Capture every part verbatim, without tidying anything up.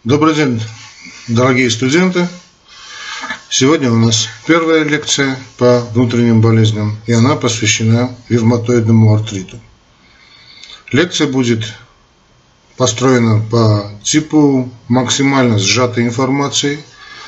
Добрый день, дорогие студенты. Сегодня у нас первая лекция по внутренним болезням, и она посвящена ревматоидному артриту. Лекция будет построена по типу максимально сжатой информации.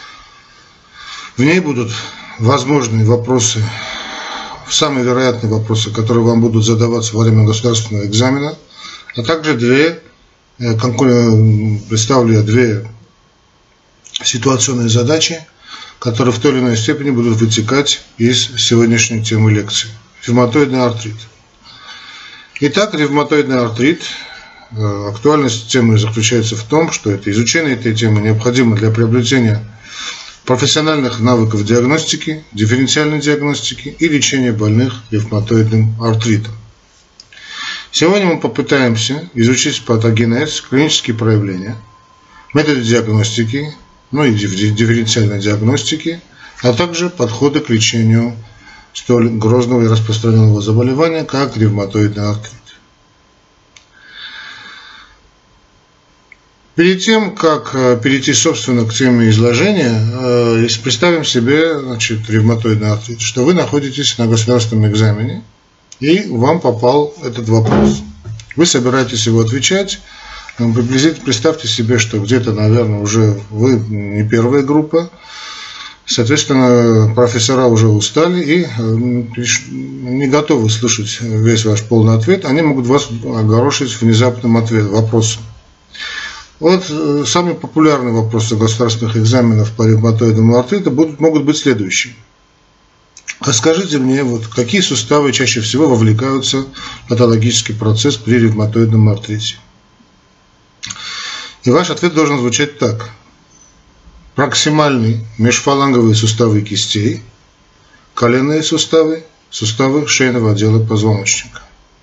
В ней будут возможные вопросы, самые вероятные вопросы, которые вам будут задаваться во время государственного экзамена, а также две представлю я две ситуационные задачи, которые в той или иной степени будут вытекать из сегодняшней темы лекции. Ревматоидный артрит. Итак, ревматоидный артрит. Актуальность темы заключается в том, что это изучение этой темы необходимо для приобретения профессиональных навыков диагностики, дифференциальной диагностики и лечения больных ревматоидным артритом. Сегодня мы попытаемся изучить патогенез, клинические проявления, методы диагностики, ну и дифференциальной диагностики, а также подходы к лечению столь грозного и распространенного заболевания, как ревматоидный артрит. Перед тем, как перейти, собственно, к теме изложения, представим себе, значит, ревматоидный артрит, что вы находитесь на государственном экзамене, и вам попал этот вопрос. Вы собираетесь его отвечать. Приблизительно представьте себе, что где-то, наверное, уже вы не первая группа. Соответственно, профессора уже устали и не готовы слышать весь ваш полный ответ. Они могут вас огорошить внезапным ответом, вопросом. Вот самые популярные вопросы государственных экзаменов по ревматоидному артриту будут, могут быть следующие. Расскажите мне, вот, какие суставы чаще всего вовлекаются в патологический процесс при ревматоидном артрите. И ваш ответ должен звучать так. Проксимальные межфаланговые суставы кистей, коленные суставы, суставы шейного отдела позвоночника.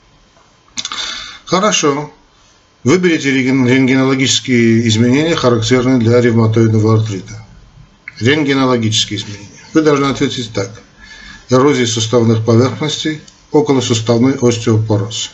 Хорошо. Выберите рентгенологические изменения, характерные для ревматоидного артрита. Рентгенологические изменения. Вы должны ответить так. Эрозия суставных поверхностей, околосуставной остеопороз.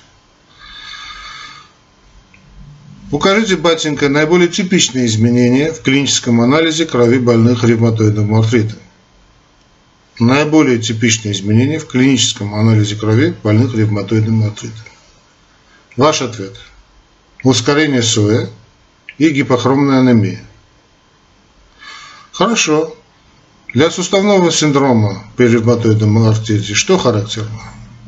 Укажите, батенька, наиболее типичные изменения в клиническом анализе крови больных ревматоидным артритом. Наиболее типичные изменения в клиническом анализе крови больных ревматоидным артритом. Ваш ответ. Ускорение СОЭ и гипохромная анемия. Хорошо. Для суставного синдрома при ревматоидном артрите что характерно?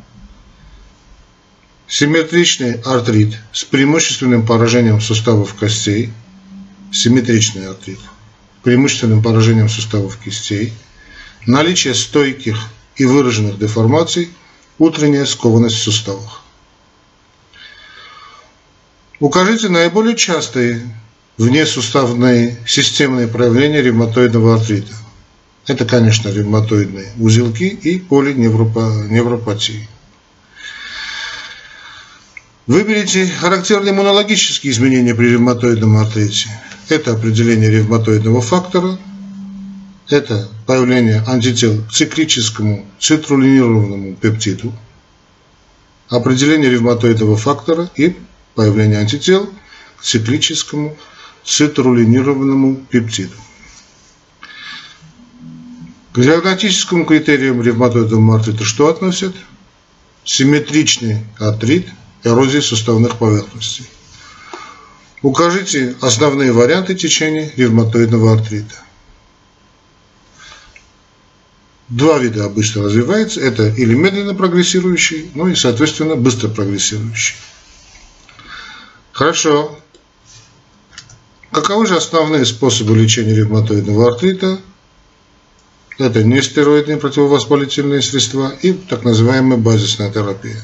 Симметричный артрит с преимущественным поражением суставов костей, симметричный артрит, преимущественным поражением суставов кистей, наличие стойких и выраженных деформаций, утренняя скованность в суставах. Укажите наиболее частые внесуставные системные проявления ревматоидного артрита. Это, конечно, ревматоидные узелки и полиневропатии. Выберите характерные иммунологические изменения при ревматоидном артрите. Это определение ревматоидного фактора, это появление антител к циклическому цитрулинированному пептиду, определение ревматоидного фактора и появление антител к циклическому цитрулинированному пептиду. К диагностическому критериям ревматоидного артрита что относят? Симметричный артрит, эрозия суставных поверхностей. Укажите основные варианты течения ревматоидного артрита. Два вида обычно развивается. Это или медленно прогрессирующий, ну и, соответственно, быстро прогрессирующий. Хорошо. Каковы же основные способы лечения ревматоидного артрита? Это нестероидные противовоспалительные средства и так называемая базисная терапия.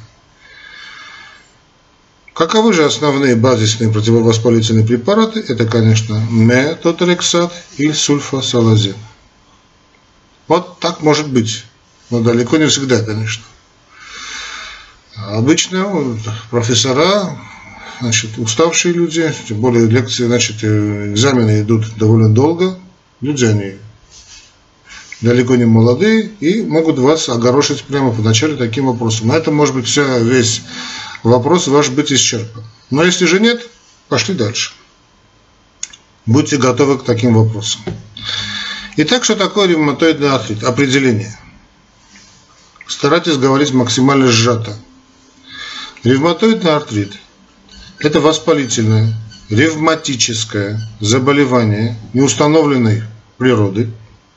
Каковы же основные базисные противовоспалительные препараты? Это, конечно, метотрексат и сульфасалазин. Вот так может быть, но далеко не всегда, конечно. Обычно профессора, значит, уставшие люди, тем более лекции, значит, экзамены идут довольно долго, люди они далеко не молодые и могут вас огорошить прямо в начале таким вопросом. На этом может быть вся, весь вопрос ваш быть исчерпан. Но если же нет, пошли дальше. Будьте готовы к таким вопросам. Итак, что такое ревматоидный артрит? Определение. Старайтесь говорить максимально сжато. Ревматоидный артрит – это воспалительное, ревматическое заболевание неустановленной природы,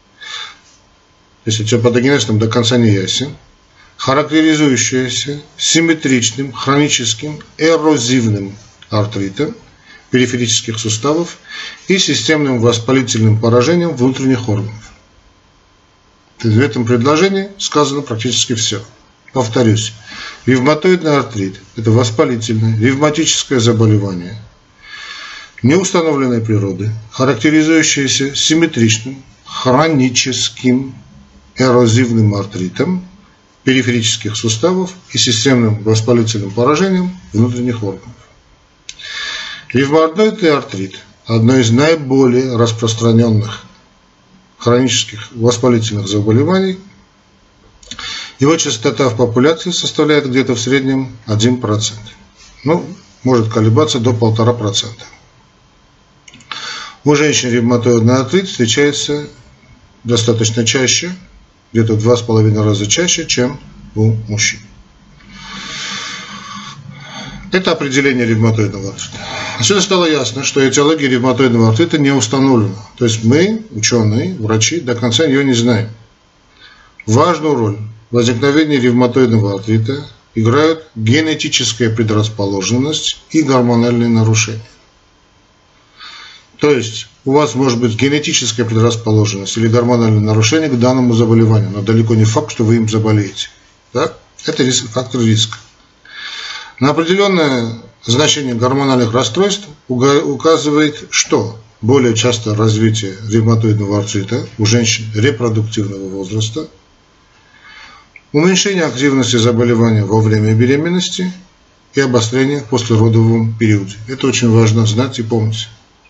если патогенез там до конца не ясен, характеризующееся симметричным хроническим эрозивным артритом периферических суставов и системным воспалительным поражением внутренних органов. В этом предложении сказано практически все. Повторюсь, ревматоидный артрит – это воспалительное ревматическое заболевание неустановленной природы, характеризующееся симметричным хроническим эрозивным артритом периферических суставов и системным воспалительным поражением внутренних органов. Ревматоидный артрит – одно из наиболее распространенных хронических воспалительных заболеваний. Его частота в популяции составляет где-то в среднем один процент. Ну, может колебаться до полтора процента. У женщин ревматоидный артрит встречается достаточно чаще, где-то в два с половиной раза чаще, чем у мужчин. Это определение ревматоидного артрита. Отсюда стало ясно, что этиология ревматоидного артрита не установлена. То есть мы, ученые, врачи, до конца ее не знаем. Важную роль в возникновении ревматоидного артрита играют генетическая предрасположенность и гормональные нарушения. То есть у вас может быть генетическая предрасположенность или гормональное нарушение к данному заболеванию, но далеко не факт, что вы им заболеете. Да? Это риск, фактор риска. На определенное значение гормональных расстройств указывает, что более часто развитие ревматоидного артрита у женщин репродуктивного возраста, уменьшение активности заболевания во время беременности и обострение в послеродовом периоде. Это очень важно знать и помнить.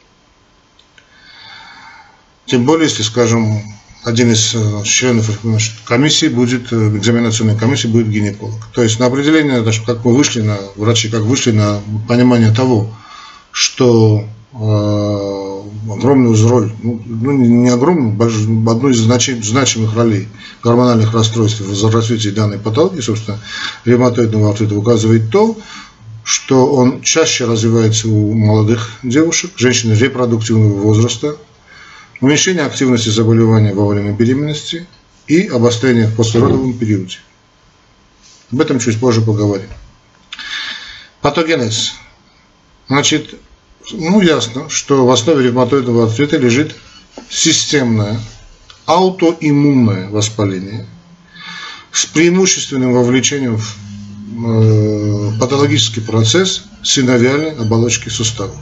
Тем более, если, скажем, один из членов комиссии будет, экзаменационной комиссии будет гинеколог. То есть на определение, как мы вышли на, врачи как вышли на понимание того, что э, огромную роль, ну не огромную, одну из значимых ролей гормональных расстройств в развитии данной патологии, собственно, ревматоидного артрита указывает то, что он чаще развивается у молодых девушек, женщин репродуктивного возраста, уменьшение активности заболевания во время беременности и обострение в послеродовом периоде. Об этом чуть позже поговорим. Патогенез. Значит, ну ясно, что в основе ревматоидного артрита лежит системное аутоиммунное воспаление с преимущественным вовлечением в патологический процесс синовиальной оболочки суставов.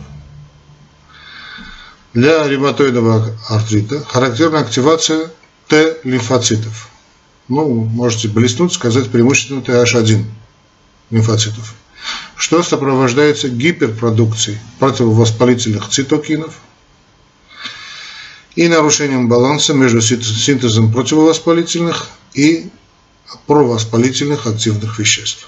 Для ревматоидного артрита характерна активация Т-лимфоцитов. Ну, можете блеснуть, сказать преимущественно Т Аш один лимфоцитов, что сопровождается гиперпродукцией противовоспалительных цитокинов и нарушением баланса между синтезом противовоспалительных и провоспалительных активных веществ.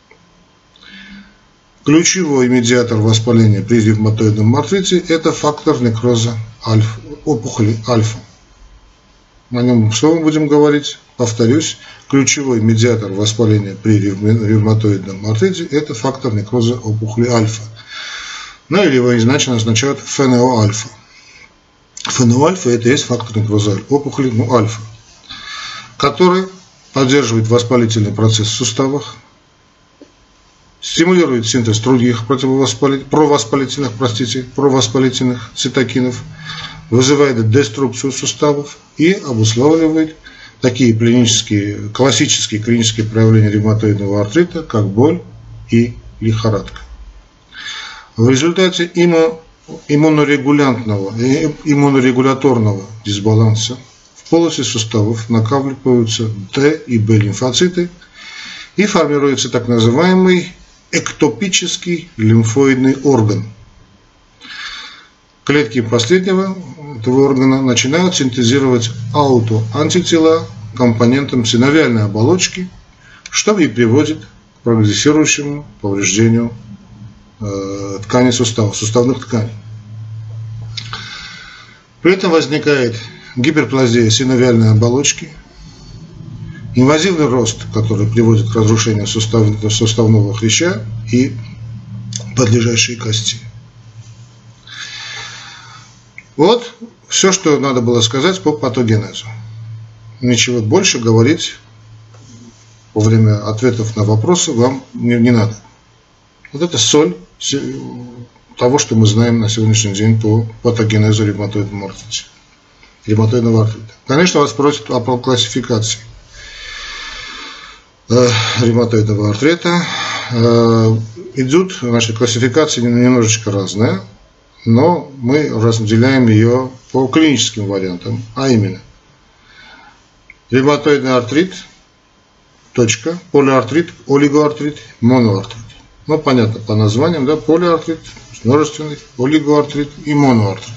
Ключевой медиатор воспаления при ревматоидном артрите – это фактор некроза альфа, опухоли альфа. О нем что мы будем говорить? Повторюсь, ключевой медиатор воспаления при ревматоидном артрите – это фактор некроза опухоли альфа. Ну или его иначе назначают эф эн о альфа. эф эн о альфа – это и есть фактор некроза опухоли ну, альфа, который поддерживает воспалительный процесс в суставах, стимулирует синтез других провоспалительных, простите, провоспалительных цитокинов, вызывает деструкцию суставов и обуславливает такие клинические, классические клинические проявления ревматоидного артрита, как боль и лихорадка. В результате иммунорегулянтного и иммунорегуляторного дисбаланса в полости суставов накапливаются Т и Б лимфоциты и формируется так называемый эктопический лимфоидный орган. Клетки последнего этого органа начинают синтезировать аутоантитела к компонентам синовиальной оболочки, что и приводит к прогрессирующему повреждению э, тканей сустава, суставных тканей. При этом возникает гиперплазия синовиальной оболочки, инвазивный рост, который приводит к разрушению сустав, суставного хряща и подлежащей кости. Вот все, что надо было сказать по патогенезу. Ничего больше говорить во время ответов на вопросы вам не, не надо. Вот это соль того, что мы знаем на сегодняшний день по патогенезу ревматоидного артрита. Ревматоидного артрита. Конечно, вас просят о классификации э, ревматоидного артрита. Э, идут, значит, классификации немножечко разные, но мы разделяем ее по клиническим вариантам, а именно ревматоидный артрит, точка, полиартрит, олигоартрит, моноартрит. Ну, понятно по названиям, да, полиартрит, множественный, олигоартрит и моноартрит.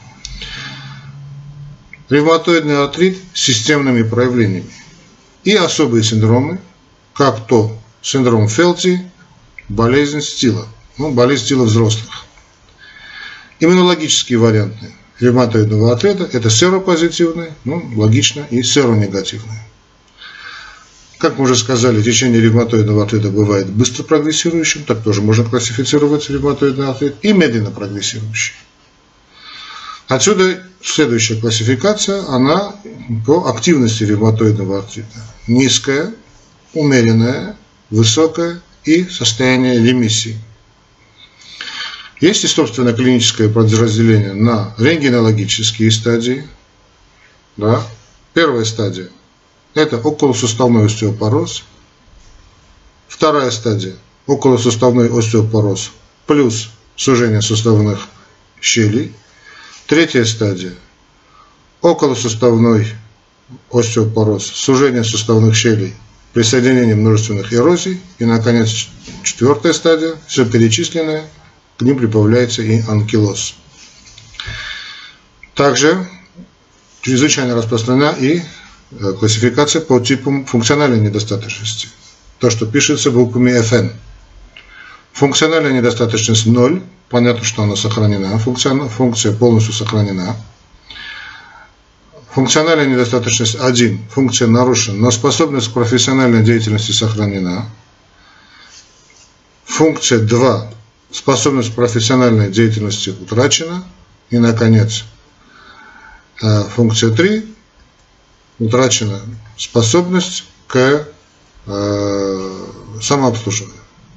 Ревматоидный артрит с системными проявлениями и особые синдромы, как то синдром Фелти, болезнь Стила, ну, болезнь Стила взрослых. Иммунологические варианты ревматоидного артрита – это серопозитивные, ну, логично, и серонегативные. Как мы уже сказали, течение ревматоидного артрита бывает быстро прогрессирующим, так тоже можно классифицировать ревматоидный артрит, и медленно прогрессирующий. Отсюда следующая классификация, она по активности ревматоидного артрита. Низкая, умеренная, высокая и состояние ремиссии. Есть и, собственно, клиническое подразделение на рентгенологические стадии. Да. Первая стадия – это околосуставной остеопороз. Вторая стадия – околосуставной остеопороз плюс сужение суставных щелей. Третья стадия – околосуставной остеопороз, сужение суставных щелей, присоединение множественных эрозий. И, наконец, четвертая стадия, все перечисленное, к ним прибавляется и анкилоз. Также чрезвычайно распространена и классификация по типам функциональной недостаточности. То, что пишется буквами эф эн. Функциональная недостаточность ноль. Понятно, что она сохранена. Функция, функция полностью сохранена. Функциональная недостаточность один. Функция нарушена, но способность к профессиональной деятельности сохранена. Функция два. Способность к профессиональной деятельности утрачена. И, наконец, функция три. Утрачена способность к э, самообслуживанию.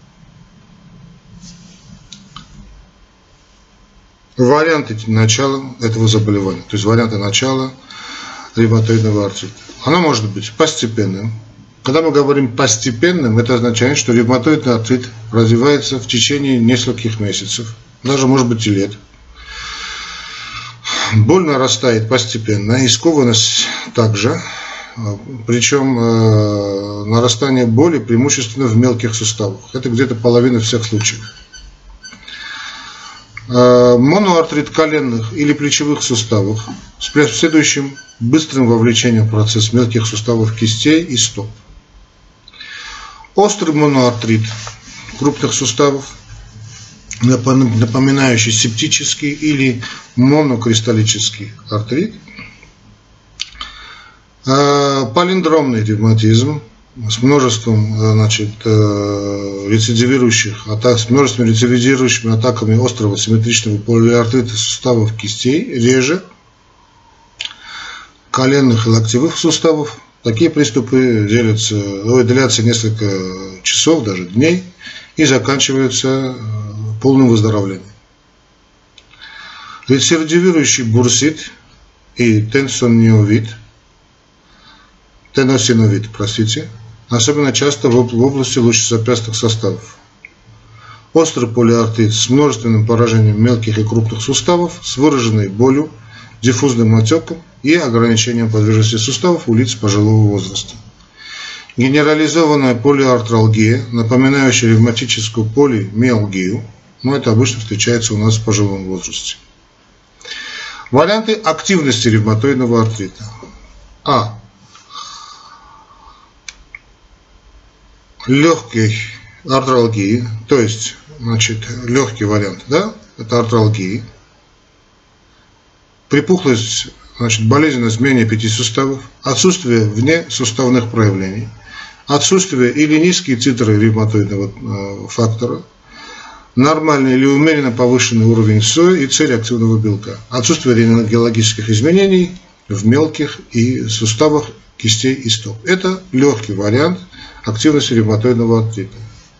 Варианты начала этого заболевания, то есть варианты начала ревматоидного артрита. Оно может быть постепенным. Когда мы говорим постепенным, это означает, что ревматоидный артрит развивается в течение нескольких месяцев, даже может быть и лет. Боль нарастает постепенно, и скованность также, причем э, нарастание боли преимущественно в мелких суставах. Это где-то половина всех случаев. Э, моноартрит коленных или плечевых суставов с последующим быстрым вовлечением в процесс мелких суставов кистей и стоп. Острый моноартрит крупных суставов, напоминающий септический или монокристаллический артрит. Палиндромный ревматизм с множеством, значит, рецидивирующих атак, с множеством рецидивирующими атаками острого симметричного полиартрита суставов кистей, реже коленных и локтевых суставов. Такие приступы делятся, длятся несколько часов, даже дней, и заканчиваются полным выздоровлением. Рецидивирующий бурсит и тенсониовит, теносиновит, простите, особенно часто в области лучезапястных суставов. Острый полиартрит с множественным поражением мелких и крупных суставов, с выраженной болью, диффузным отеком и ограничением подвижности суставов у лиц пожилого возраста. Генерализованная полиартралгия, напоминающая ревматическую полимиалгию, но это обычно встречается у нас в пожилом возрасте. Варианты активности ревматоидного артрита. А. Легкой артралгии, то есть, значит, легкий вариант, да, это артралгии. припухлость, значит, болезненность менее пяти суставов, отсутствие внесуставных проявлений, отсутствие или низкие титры ревматоидного фактора, нормальный или умеренно повышенный уровень соя и С-реактивного белка, отсутствие рентгенологических изменений в мелких и суставах кистей и стоп. Это легкий вариант активности ревматоидного артрита.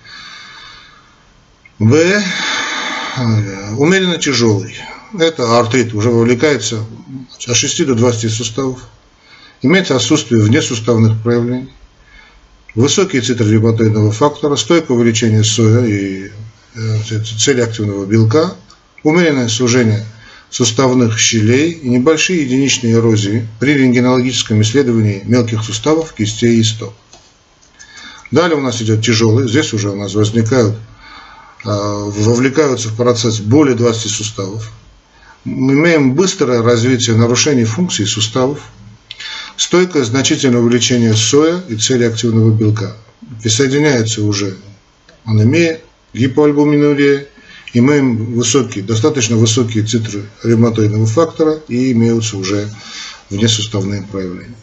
Б. Умеренно тяжелый. Это артрит уже вовлекается от шести до двадцати суставов. Имеется отсутствие внесуставных проявлений. Высокие титры ревматоидного фактора, стойкое увеличение соя и С-реактивного белка, умеренное сужение суставных щелей и небольшие единичные эрозии при рентгенологическом исследовании мелких суставов, кистей и стоп. Далее у нас идет тяжелый. Здесь уже у нас возникают, вовлекаются в процесс более двадцати суставов. Мы имеем быстрое развитие нарушений функций суставов, стойкое значительное увеличение соя и С-реактивного белка. Присоединяется уже анемия, гипоальбуминурия, имеем высокие, достаточно высокие титры ревматоидного фактора и имеются уже внесуставные проявления.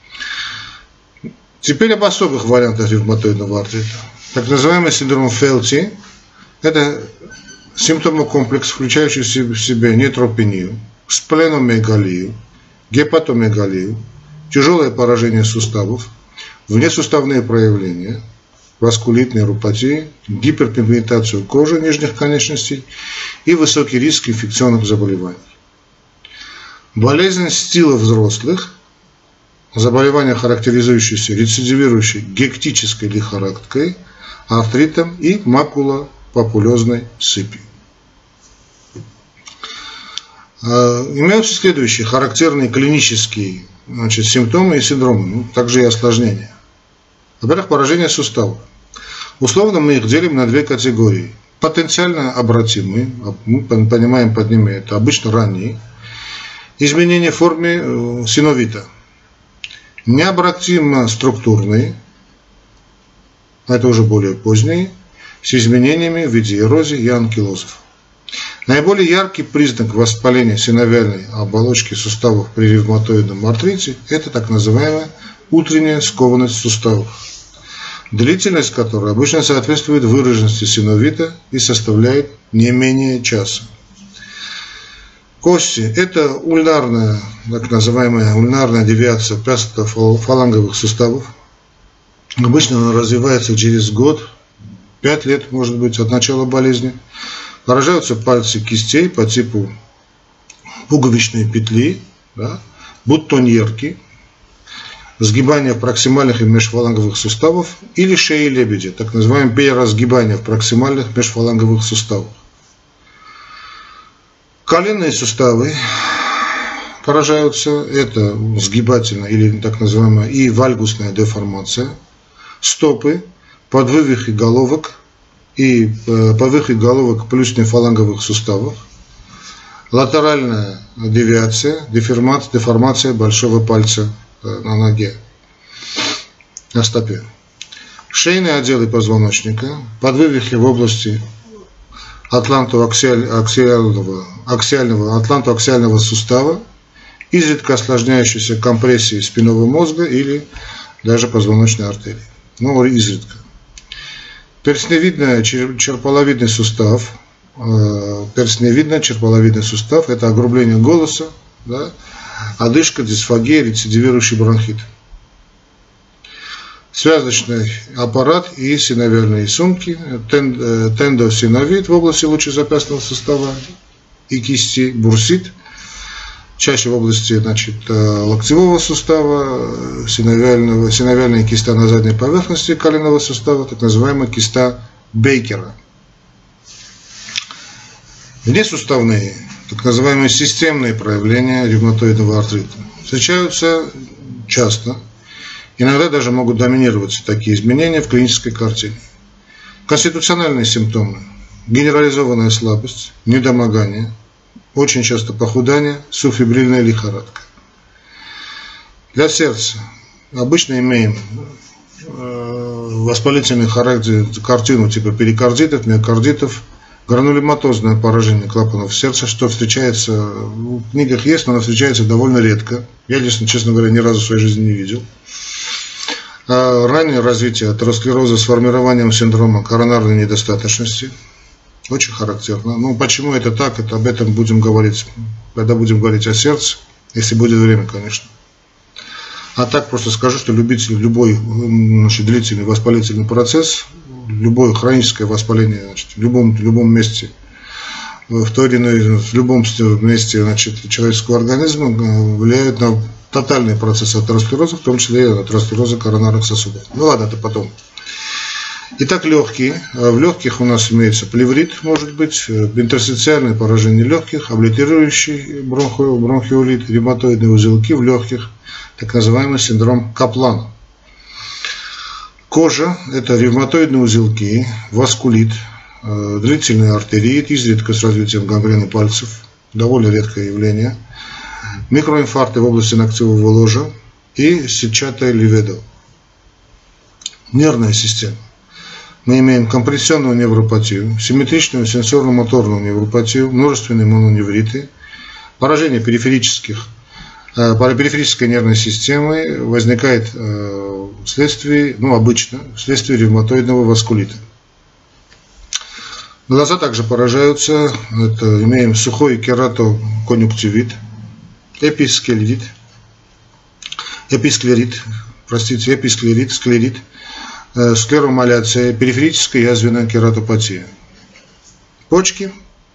Теперь об особых вариантах ревматоидного артрита. Так называемый синдром Фелти – это симптомокомплекс, включающий в себя нейтропению, спленомегалию, гепатомегалию, тяжелое поражение суставов, внесуставные проявления, васкулитные рупатии, гиперпигментацию кожи нижних конечностей и высокий риск инфекционных заболеваний. Болезнь стила взрослых, заболевания, характеризующиеся рецидивирующей гектической лихорадкой, артритом и макулопапулезной сыпью. Имеются следующие характерные клинические, значит, симптомы и синдромы, ну, также и осложнения. Во-первых, поражение суставов. Условно мы их делим на две категории. Потенциально обратимые, мы понимаем под ними это обычно ранние, изменения в форме синовита. Необратимо структурные, это уже более поздние, с изменениями в виде эрозии и анкилозов. Наиболее яркий признак воспаления синовиальной оболочки суставов при ревматоидном артрите – это так называемая утренняя скованность суставов, длительность которой обычно соответствует выраженности синовита и составляет не менее часа. Кости – это ульнарная, так называемая ульнарная девиация пястно-фаланговых суставов. Обычно она развивается через год, пять лет, может быть, от начала болезни. Поражаются пальцы кистей по типу пуговичной петли, да, бутоньерки, сгибание проксимальных и межфаланговых суставов или шеи лебедя, так называемое переразгибание в проксимальных межфаланговых суставах. Коленные суставы поражаются, это сгибательная или так называемая и вальгусная деформация, стопы, подвывихи головок и подвывихи головок плюснефаланговых суставов, латеральная девиация, деформация, деформация большого пальца на ноге, на стопе. Шейные отделы позвоночника, подвывихи в области атлантоаксиального, аксиального, атлантоаксиального сустава, изредка осложняющейся компрессией спинного мозга или даже позвоночной артерии. Но изредка. Перстневидно-черполовидный сустав, перстневидно-черполовидный сустав – это огрубление голоса, да, одышка, дисфагия, рецидивирующий бронхит. Связочный аппарат и синовиальные сумки, тендосиновит в области лучезапястного сустава и кисти, бурсит, чаще в области, значит, локтевого сустава, синовиального, синовиальная киста на задней поверхности коленного сустава, так называемая киста Бейкера. Внесуставные, так называемые системные проявления ревматоидного артрита встречаются часто. Иногда даже могут доминировать такие изменения в клинической картине. Конституциональные симптомы. Генерализованная слабость, недомогание, очень часто похудание, субфибрильная лихорадка. Для сердца обычно имеем воспалительный характер, картину типа перикардитов, миокардитов, гранулематозное поражение клапанов сердца, что встречается, в книгах есть, но оно встречается довольно редко. Я, честно, честно говоря, ни разу в своей жизни не видел. Раннее развитие атеросклероза с формированием синдрома коронарной недостаточности. Очень характерно. Ну, почему это так, это об этом будем говорить, когда будем говорить о сердце, если будет время, конечно. А так просто скажу, что любитель любой, значит, длительный воспалительный процесс, любое хроническое воспаление, значит, в любом, в любом месте, в той или иной, в любом месте, значит, человеческого организма влияет на тотальный процесс атеросклероза, в том числе и атеросклероза коронарных сосудов. Ну ладно, это потом. Итак, легкие. В легких у нас имеется плеврит, может быть, интерстициальное поражение легких, облитерирующий бронхиолит, ревматоидные узелки в легких, так называемый синдром Каплана. Кожа – это ревматоидные узелки, васкулит, длительный артериит, изредка с развитием гангрены пальцев, довольно редкое явление, микроинфаркты в области ногтевого ложа и сетчатая леведа. Нервная система. Мы имеем компрессионную невропатию, симметричную сенсорно-моторную невропатию, множественные мононевриты, поражение периферических, э, периферической нервной системы возникает э, вследствие, ну обычно, вследствие ревматоидного васкулита. Глаза также поражаются, это, имеем сухой кератоконъюнктивит, эписклерит, эписклерит, простите, эписклерит, склерит, склеромаляция, периферическая язвенная кератопатия. Почки.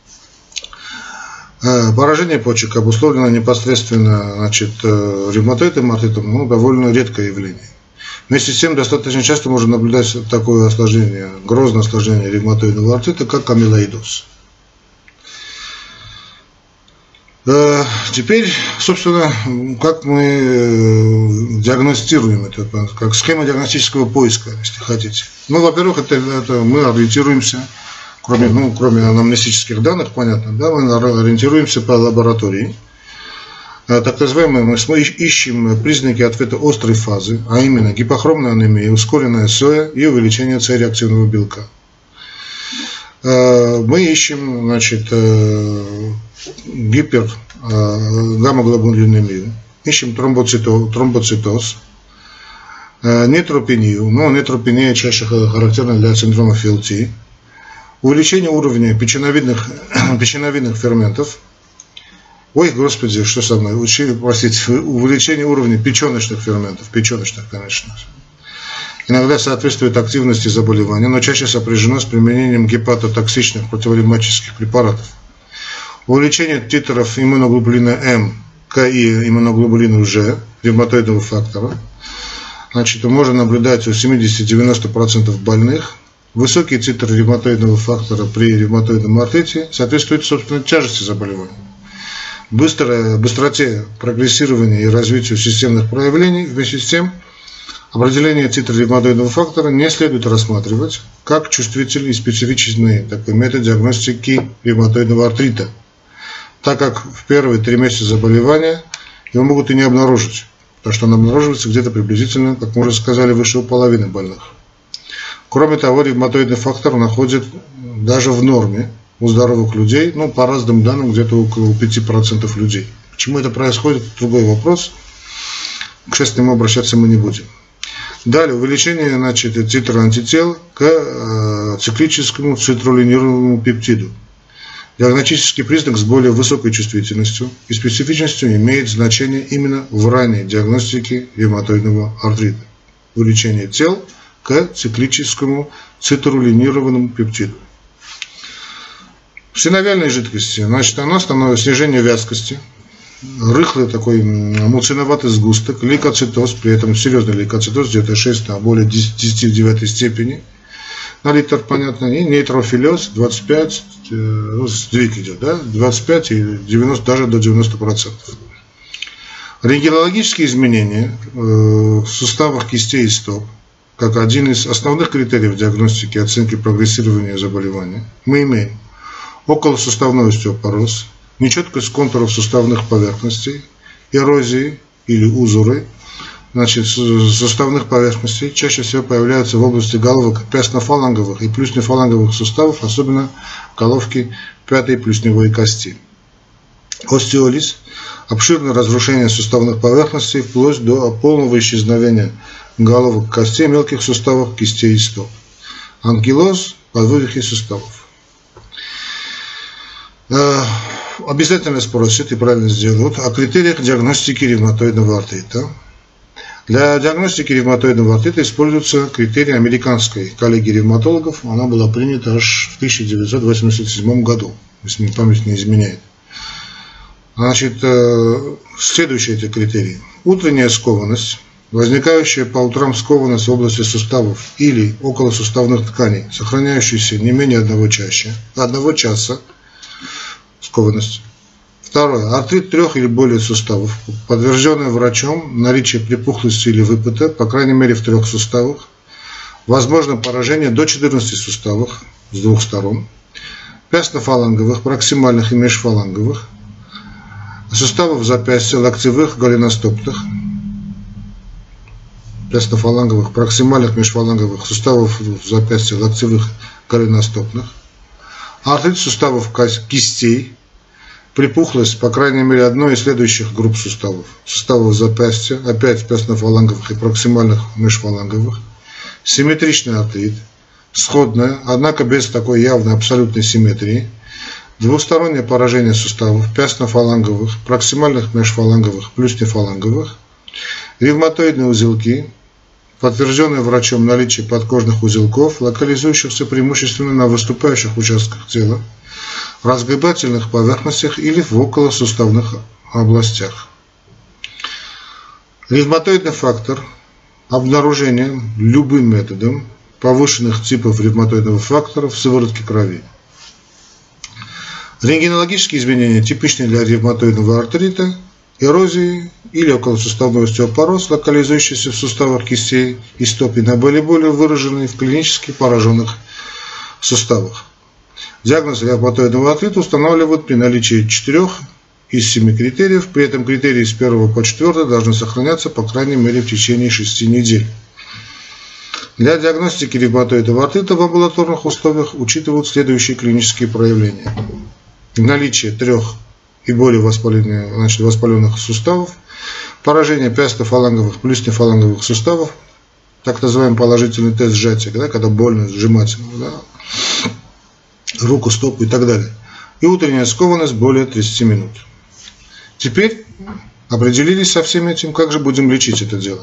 Поражение почек обусловлено непосредственно, значит, ревматоидным артритом, ну, довольно редкое явление. Вместе с тем достаточно часто можно наблюдать такое осложнение, грозное осложнение ревматоидного артрита, как амилоидоз. Теперь, собственно, как мы диагностируем это, как схема диагностического поиска, если хотите. Ну, во-первых, это, это мы ориентируемся, кроме, ну, кроме анамнестических данных, понятно, да, мы ориентируемся по лаборатории. Так называемые, мы ищем признаки ответа острой фазы, а именно гипохромная анемия, ускоренная СОЭ и увеличение С-реактивного белка. Мы ищем, значит, гипер гамма-глобулинемию, ищем тромбоцитоз, тромбоцитоз, нейтропению, но нейтропения чаще характерна для синдрома Филти, увеличение уровня печеновидных, печеновидных ферментов, ой, господи, что со мной, Учи, простите, увеличение уровня печеночных ферментов, печеночных, конечно, иногда соответствует активности заболевания, но чаще сопряжено с применением гепатотоксичных противоревматических препаратов. Увеличение титров иммуноглобулина М, К и иммуноглобулина Ж, ревматоидного фактора. Значит, можно наблюдать у семидесяти-девяноста процентов больных. Высокий титр ревматоидного фактора при ревматоидном артрите соответствует, собственно, тяжести заболевания. Быстрая, быстроте прогрессирования и развитию системных проявлений, вместе с тем, определение титра ревматоидного фактора не следует рассматривать как чувствительный и специфичный такой метод диагностики ревматоидного артрита, так как в первые три месяца заболевания его могут и не обнаружить, потому что он обнаруживается где-то приблизительно, как мы уже сказали, выше половины больных. Кроме того, ревматоидный фактор находят даже в норме у здоровых людей, ну, по разным данным, где-то около пяти процентов людей. Почему это происходит, это другой вопрос. К счастью, обращаться мы не будем. Далее, увеличение, значит, титра антител к э, циклическому цитрулинированному пептиду. Диагностический признак с более высокой чувствительностью и специфичностью имеет значение именно в ранней диагностике ревматоидного артрита. Увеличение тел к циклическому цитрулинированному пептиду. В синовиальной жидкости, значит, оно становится снижение вязкости, рыхлый такой муциноватый сгусток, лейкоцитоз, при этом серьезный лейкоцитоз, где-то шесть, а более десяти в девятой степени на литр, понятно, и нейтрофилез двадцать пять, ну, сдвиг идет, да, двадцать пять и девяносто, даже до девяноста процентов. Рентгенологические изменения в суставах кистей и стоп, как один из основных критериев диагностики и оценки прогрессирования заболевания, мы имеем околосуставной остеопороз, нечеткость контуров суставных поверхностей, эрозии или узоры, значит, суставных поверхностей чаще всего появляются в области головок пястно-фаланговых и плюснефаланговых суставов, особенно головки пятой плюсневой кости. Остеолиз – обширное разрушение суставных поверхностей вплоть до полного исчезновения головок костей, мелких суставов, кистей и стоп. Анкилоз – подвывихи суставов. Обязательно спросят и правильно сделают о критериях диагностики ревматоидного артрита. Для диагностики ревматоидного артрита используются критерии американской коллегии ревматологов. Она была принята аж в тысяча девятьсот восемьдесят седьмом году, если память не изменяет. Значит, следующие эти критерии. Утренняя скованность, возникающая по утрам скованность в области суставов или околосуставных тканей, сохраняющаяся не менее одного часа, одного часа, скованность. Второе. Артрит трех или более суставов, подтвержденное врачом наличие припухлости или выпыта, по крайней мере в трех суставах. Возможно поражение до четырнадцати суставов с двух сторон. Пястно-фаланговых, проксимальных и межфаланговых. Суставов запястья, локтевых, голеностопных. Пястно-фаланговых, проксимальных, межфаланговых, суставов запястья, локтевых, голеностопных. Артрит суставов кистей. Припухлость, по крайней мере, одной из следующих групп суставов. Суставов запястья, опять пястно-фаланговых и проксимальных межфаланговых. Симметричный артрит, сходная, однако без такой явной абсолютной симметрии. Двустороннее поражение суставов, пястно-фаланговых, проксимальных межфаланговых, плюснефаланговых. Ревматоидные узелки, подтвержденное врачом наличие подкожных узелков, локализующихся преимущественно на выступающих участках тела, разгибательных поверхностях или в околосуставных областях. Ревматоидный фактор обнаружение любым методом повышенных типов ревматоидного фактора в сыворотке крови. Рентгенологические изменения, типичные для ревматоидного артрита, эрозии или околосуставной остеопороз, локализующийся в суставах кистей и стоп, и наиболее более выраженные в клинически пораженных суставах. Диагноз ревматоидного артрита устанавливают при наличии четырех из семи критериев, при этом критерии с первого по четвертый должны сохраняться по крайней мере в течение шести недель. Для диагностики ревматоидного артрита в амбулаторных условиях учитывают следующие клинические проявления. Наличие трех и более воспаленных, значит, воспаленных суставов, поражение пястно-фаланговых, плюснефаланговых суставов, так называемый положительный тест сжатия, да, когда больно сжимать, да, руку, стопу и так далее. И утренняя скованность более тридцати минут. Теперь определились со всем этим, как же будем лечить это дело.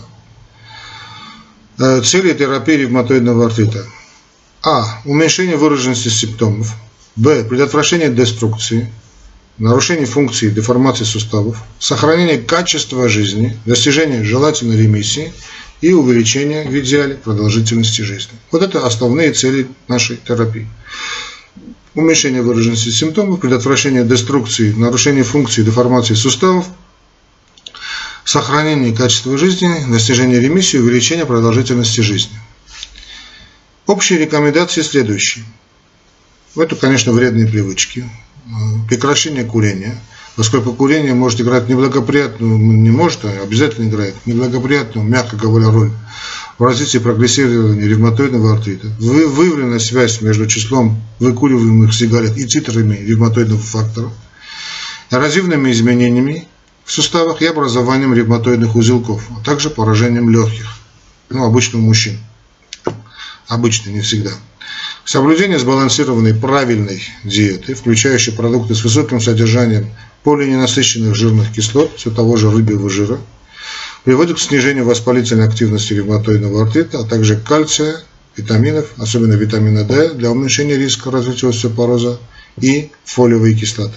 Цели терапии ревматоидного артрита. А. Уменьшение выраженности симптомов. Б. Предотвращение деструкции, нарушение функции деформации суставов, сохранение качества жизни, достижение желательной ремиссии и увеличение в идеале продолжительности жизни. Вот это основные цели нашей терапии. Уменьшение выраженности симптомов, предотвращение деструкции, нарушение функции деформации суставов, сохранение качества жизни, достижение ремиссии и увеличение продолжительности жизни. Общие рекомендации следующие. Это, конечно, вредные привычки. Прекращение курения, поскольку курение может играть неблагоприятную, не может, а обязательно играет неблагоприятную, мягко говоря, роль в развитии прогрессирования ревматоидного артрита. Выявлена связь между числом выкуриваемых сигарет и титрами ревматоидного фактора, эрозивными изменениями в суставах и образованием ревматоидных узелков, а также поражением легких, ну, обычно у мужчин. Обычно, не всегда. Соблюдение сбалансированной правильной диеты, включающей продукты с высоким содержанием полиненасыщенных жирных кислот, все того же рыбьего жира, приводит к снижению воспалительной активности ревматоидного артрита, а также кальция, витаминов, особенно витамина D, для уменьшения риска развития остеопороза и фолиевой кислоты.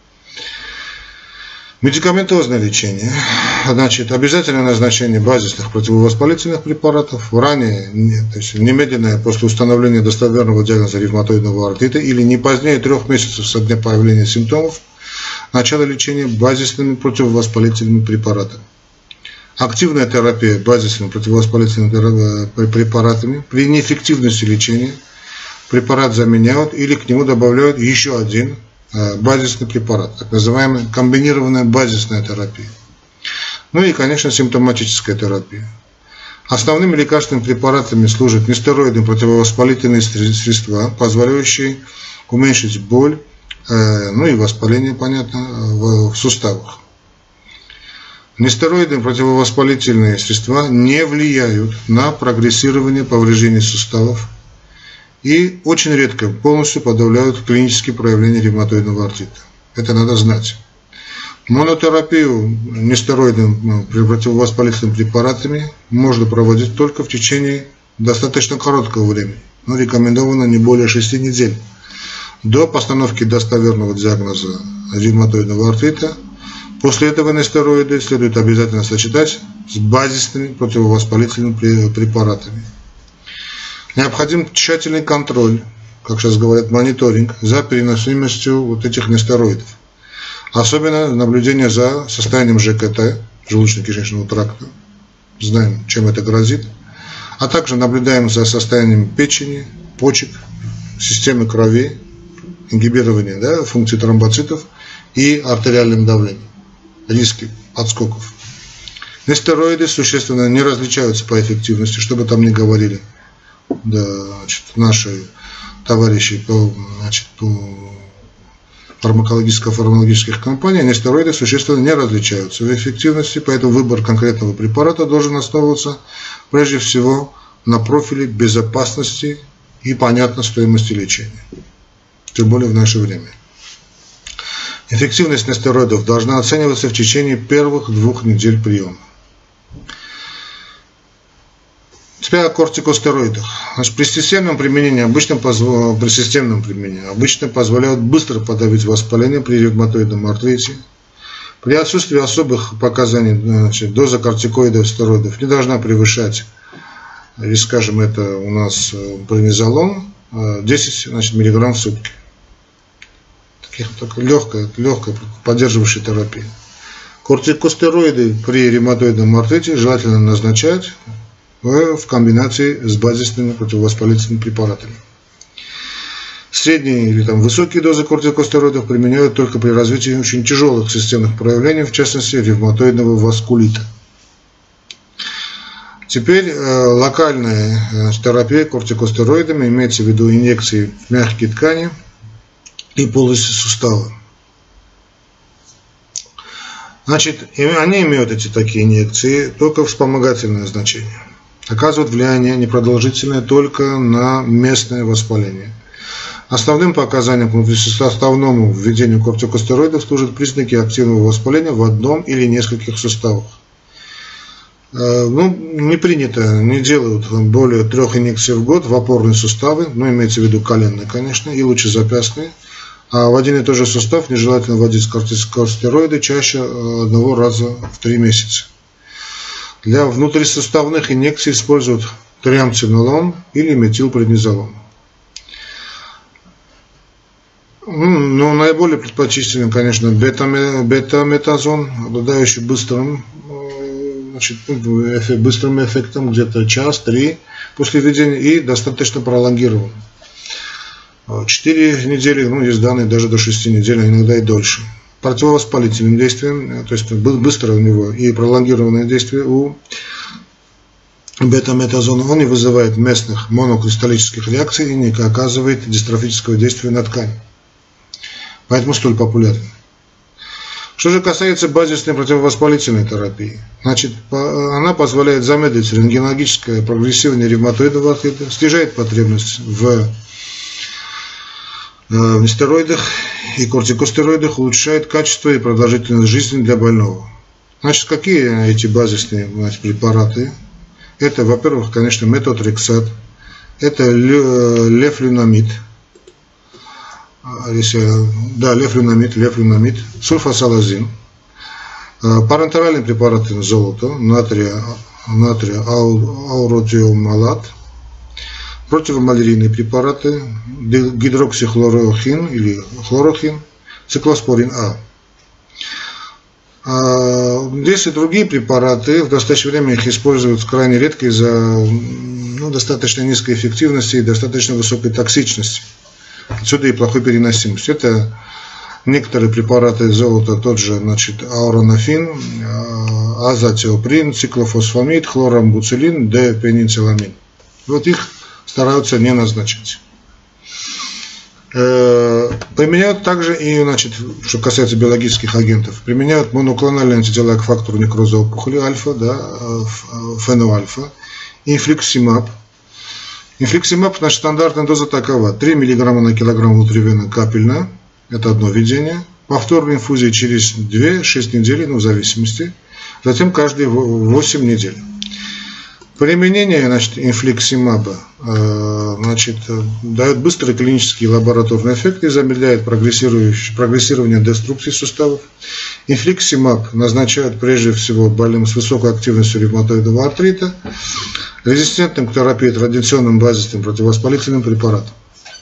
Медикаментозное лечение. Значит, обязательное назначение базисных противовоспалительных препаратов, ранее, то есть немедленное после установления достоверного диагноза ревматоидного артрита или не позднее трех месяцев со дня появления симптомов, начало лечения базисными противовоспалительными препаратами. Активная терапия базисными противовоспалительными препаратами. При неэффективности лечения препарат заменяют или к нему добавляют еще один базисный препарат, так называемая комбинированная базисная терапия. Ну и, конечно, симптоматическая терапия. Основными лекарственными препаратами служат нестероидные противовоспалительные средства, позволяющие уменьшить боль, ну и воспаление, понятно, в суставах. Нестероидные противовоспалительные средства не влияют на прогрессирование повреждений суставов и очень редко полностью подавляют клинические проявления ревматоидного артрита. Это надо знать. Монотерапию нестероидными противовоспалительными препаратами можно проводить только в течение достаточно короткого времени, но рекомендовано не более шести недель до постановки достоверного диагноза ревматоидного артрита. После этого нестероиды следует обязательно сочетать с базисными противовоспалительными препаратами. Необходим тщательный контроль, как сейчас говорят, мониторинг за переносимостью вот этих нестероидов. Особенно наблюдение за состоянием ЖКТ, желудочно-кишечного тракта. Знаем, чем это грозит. А также наблюдаем за состоянием печени, почек, системы крови, ингибирования, да, функции тромбоцитов и артериальным давлением. Риски отскоков. Нестероиды существенно не различаются по эффективности, что бы там ни говорили, да, значит, наши товарищи по, значит, по фармакологических компаний, нестероиды существенно не различаются в эффективности, поэтому выбор конкретного препарата должен основываться прежде всего на профиле безопасности и понятной стоимости лечения, тем более в наше время. Эффективность нестероидов должна оцениваться в течение первых двух недель приема. Теперь о кортикостероидах. Значит, при системном применении, обычно, при системном применении обычно позволяют быстро подавить воспаление при ревматоидном артрите. При отсутствии особых показаний, значит, доза кортикоидов стероидов не должна превышать, или, скажем, это у нас преднизолон, десять, значит, миллиграмм в сутки. Легкая, легкая поддерживающая терапия. Кортикостероиды при ревматоидном артрите желательно назначать в комбинации с базисными противовоспалительными препаратами. Средние или там, высокие дозы кортикостероидов применяют только при развитии очень тяжелых системных проявлений, в частности ревматоидного васкулита. Теперь э, локальная э, терапия кортикостероидами, имеется в виду инъекции в мягкие ткани и полости сустава. Значит, они имеют эти такие инъекции только вспомогательное значение. Оказывают влияние непродолжительное только на местное воспаление. Основным показанием к внутрисуставному введению кортикостероидов служат признаки активного воспаления в одном или нескольких суставах. Ну, не принято, не делают более трех инъекций в год в опорные суставы, ну, имеется в виду коленные, конечно, и лучезапястные. А в один и тот же сустав нежелательно вводить кортикостероиды чаще одного раза в три месяца. Для внутрисуставных инъекций используют триамцинолон или метилпреднизолон. Но наиболее предпочтителен, конечно, бета-метазон, обладающий быстрым, значит, быстрым эффектом, где-то час-три после введения, и достаточно пролонгирован. четыре недели, ну, есть данные даже до шести недель, а иногда и дольше. Противовоспалительным действием, то есть быстро у него и пролонгированное действие у бета-метазона, он не вызывает местных монокристаллических реакций и не оказывает дистрофического действия на ткань. Поэтому столь популярен. Что же касается базисной противовоспалительной терапии, значит, она позволяет замедлить рентгенологическое прогрессирование ревматоидного артрита, снижает потребность в в нестероидах и кортикостероидах, улучшает качество и продолжительность жизни для больного. Значит, какие эти базисные, значит, препараты? Это, во-первых, конечно, метотрексат, это лефлюнамид, да, лефлюнамид, лефлюнамид, сульфасалазин, парентеральные препараты золота, натрия, натрия ауротиомалат, противомалярийные препараты, гидроксихлорохин или хлорохин, циклоспорин А. Здесь и другие препараты, в настоящее время их используют крайне редко из-за, ну, достаточно низкой эффективности и достаточно высокой токсичности. Отсюда и плохой переносимость. Это некоторые препараты золота, тот же, значит, ауронафин, азотиоприн, циклофосфамид, хлорамбуцилин, D-пеницилламин. Вот их стараются не назначать. Применяют также и, значит, что касается биологических агентов, применяют моноклональные антитела к фактору некроза опухоли альфа, да, феноальфа, инфликсимаб. Инфликсимаб, значит, стандартная доза такова: три миллиграмма на килограмм внутривенно капельно, это одно введение, повторная инфузия через две-шесть недель, ну, в зависимости, затем каждые восемь недель. Применение, значит, инфликсимаба, значит, дает быстрый клинический лабораторный эффект и замедляет прогрессирование деструкции суставов. Инфликсимаб назначают прежде всего больным с высокой активностью ревматоидного артрита, резистентным к терапии традиционным базисным противовоспалительным препаратам.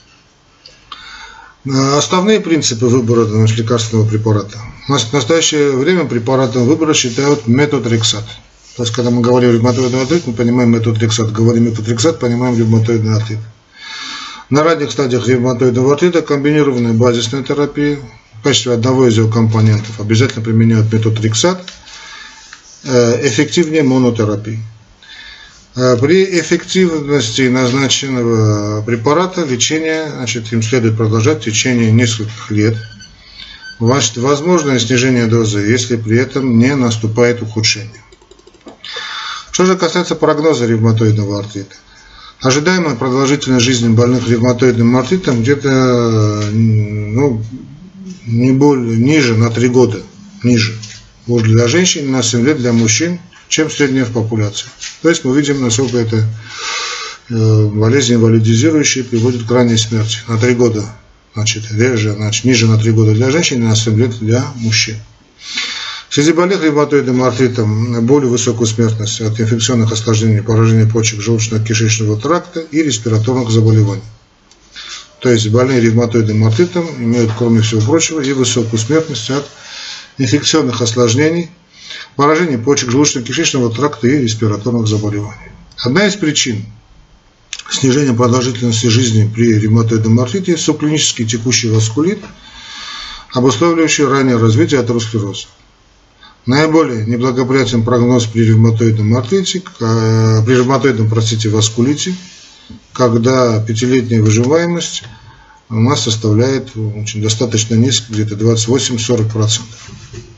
Основные принципы выбора, значит, лекарственного препарата. В настоящее время препаратом выбора считают метотрексат. То есть, когда мы говорим ревматоидный артрит, мы понимаем метотрексат. Говорим метотрексат, понимаем ревматоидный артрит. На ранних стадиях ревматоидного артрита комбинированная базисная терапия в качестве одного из его компонентов обязательно применяют метотрексат, эффективнее монотерапии. При эффективности назначенного препарата лечение, значит, им следует продолжать в течение нескольких лет. Возможное снижение дозы, если при этом не наступает ухудшение. Что же касается прогноза ревматоидного артрита. Ожидаемая продолжительность жизни больных ревматоидным артритом где-то, ну, не более, ниже, на три года, ниже. Уж для женщин, на семь лет для мужчин, чем средняя в популяции. То есть мы видим, насколько это болезнь инвалидизирующая приводит к ранней смерти. На три года, значит, реже, значит, ниже на три года для женщин, на семь лет для мужчин. Среди больных ревматоидным артритом более высокую смертность от инфекционных осложнений, поражения почек, желудочно-кишечного тракта и респираторных заболеваний. То есть больные ревматоидным артритом имеют, кроме всего прочего, и высокую смертность от инфекционных осложнений, поражения почек, желудочно-кишечного тракта и респираторных заболеваний. Одна из причин снижения продолжительности жизни при ревматоидном артрите – субклинический текущий васкулит, обусловливающий раннее развитие атеросклероза. Наиболее неблагоприятен прогноз при ревматоидном артрите, при ревматоидном, простите, васкулите, когда пятилетняя выживаемость у нас составляет очень достаточно низко, где-то двадцать восемь-сорок процентов.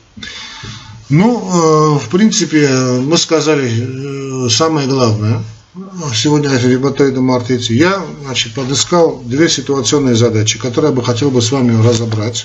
Ну, в принципе, мы сказали самое главное сегодня о ревматоидном артрите. Я, значит, подыскал две ситуационные задачи, которые я бы хотел бы с вами разобрать.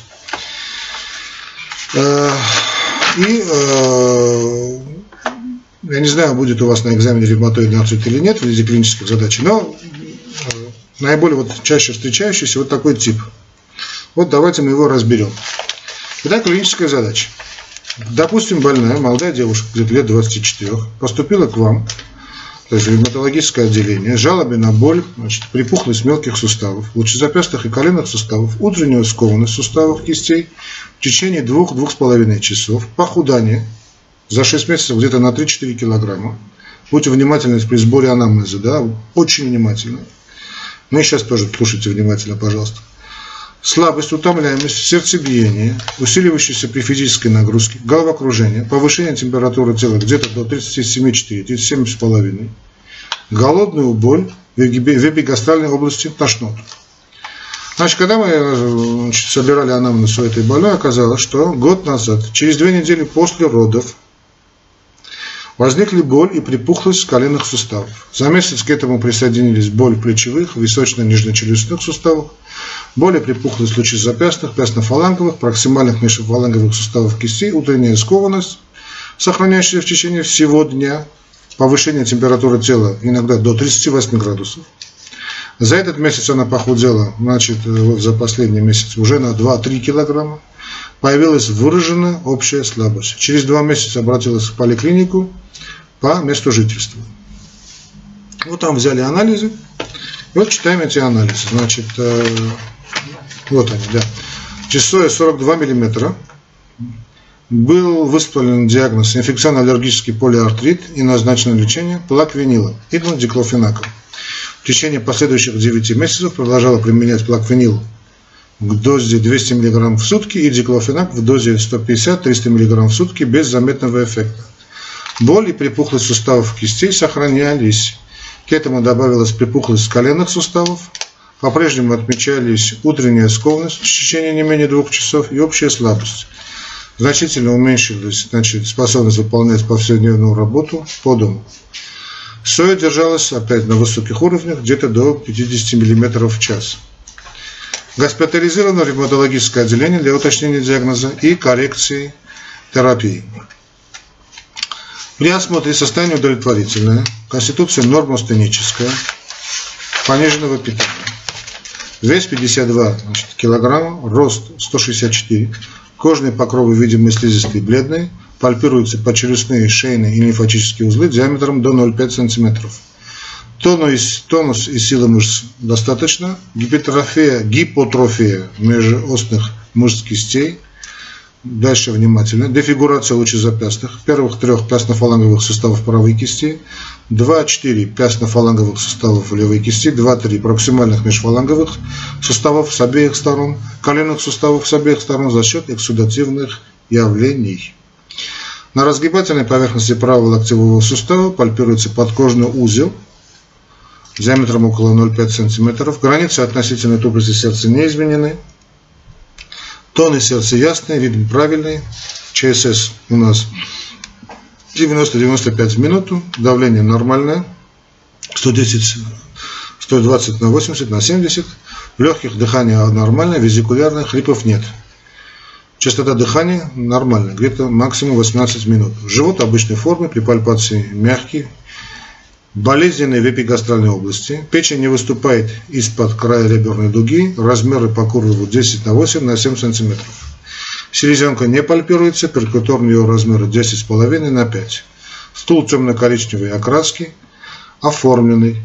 И э, я не знаю, будет у вас на экзамене ревматоидный артрит или нет в виде клинических задач, но э, наиболее вот чаще встречающийся вот такой тип. Вот давайте мы его разберем. Итак, клиническая задача. Допустим, больная, молодая девушка, где-то лет двадцати четырёх, поступила к вам, то есть в ревматологическое отделение, с жалобой на боль, значит, припухлость мелких суставов, лучезапястных и коленных суставов, утреннюю скованность суставов кистей в течение двух-двух с половиной часов, похудание за шесть месяцев где-то на три-четыре килограмма. Будьте внимательны при сборе анамнеза, да, очень внимательны. Ну и сейчас тоже слушайте внимательно, пожалуйста. Слабость, утомляемость, сердцебиение, усиливающееся при физической нагрузке, головокружение, повышение температуры тела где-то до тридцати семи и четырёх — тридцать семь и пять, голодную боль в эпигастральной области, тошноту. Значит, когда мы, значит, собирали анамнез у этой больной, оказалось, что год назад, через две недели после родов, возникли боль и припухлость коленных суставов. За месяц к этому присоединились боль в плечевых, височно-нижнечелюстных суставах, боль и припухлость лучезапястных, пястно-фаланговых, проксимальных межфаланговых суставов кистей, утренняя скованность, сохраняющаяся в течение всего дня, повышение температуры тела иногда до тридцати восьми градусов. За этот месяц она похудела, значит, вот за последний месяц уже на два-три килограмма. Появилась выраженная общая слабость. Через два месяца обратилась в поликлинику по месту жительства. Вот там взяли анализы. И вот читаем эти анализы. Значит, э, вот они, да. Частотой сорок два миллиметра. Был выставлен диагноз инфекционно-аллергический полиартрит и назначено лечение плаквенилом и диклофенаком. В течение последующих девяти месяцев продолжала применять плаквенил в дозе двести миллиграмм в сутки и диклофенак в дозе сто пятьдесят — триста миллиграмм в сутки без заметного эффекта. Боль и припухлость суставов кистей сохранялись. К этому добавилась припухлость коленных суставов. По-прежнему отмечались утренняя скованность в течение не менее двух часов и общая слабость. Значительно уменьшилась, значит, способность выполнять повседневную работу по дому. Соя держалась опять на высоких уровнях, где-то до пятидесяти миллиметров в час. Госпитализировано ревматологическое отделение для уточнения диагноза и коррекции терапии. При осмотре состояние удовлетворительное, конституция нормостеническая, пониженного питания. Вес пятьдесят два значит, килограмма, рост сто шестьдесят четыре, кожные покровы видимые слизистые бледные, пальпируются подчелюстные, шейные и лимфатические узлы диаметром до ноль целых пять десятых сантиметров. Тонус, тонус и сила мышц достаточно, гипотрофия, гипотрофия межостных мышц кистей. Дальше внимательно. Дефигурация лучезапястных. Первых трех пястно-фаланговых суставов правой кисти. два-четыре пястно-фаланговых суставов левой кисти. два-три проксимальных межфаланговых суставов с обеих сторон. Коленных суставов с обеих сторон за счет эксудативных явлений. На разгибательной поверхности правого локтевого сустава пальпируется подкожный узел диаметром около ноль целых пять десятых сантиметров. Границы относительной тупости сердца не изменены. Тоны сердца ясные, ритм правильный. ЧСС у нас девяносто — девяносто пять в минуту. Давление нормальное. сто десять — сто двадцать на восемьдесят на семьдесят. В легких дыхание нормальное, везикулярное, хрипов нет. Частота дыхания нормальная, где-то максимум восемнадцать минут. Живот обычной формы, при пальпации мягкий. Болезненные в эпигастральной области. Печень не выступает из-под края реберной дуги. Размеры по курву десять на восемь на семь сантиметров. Селезенка не пальпируется. Перкуторные ее размеры десять с половиной на пять. Стул темно-коричневой окраски. Оформленный.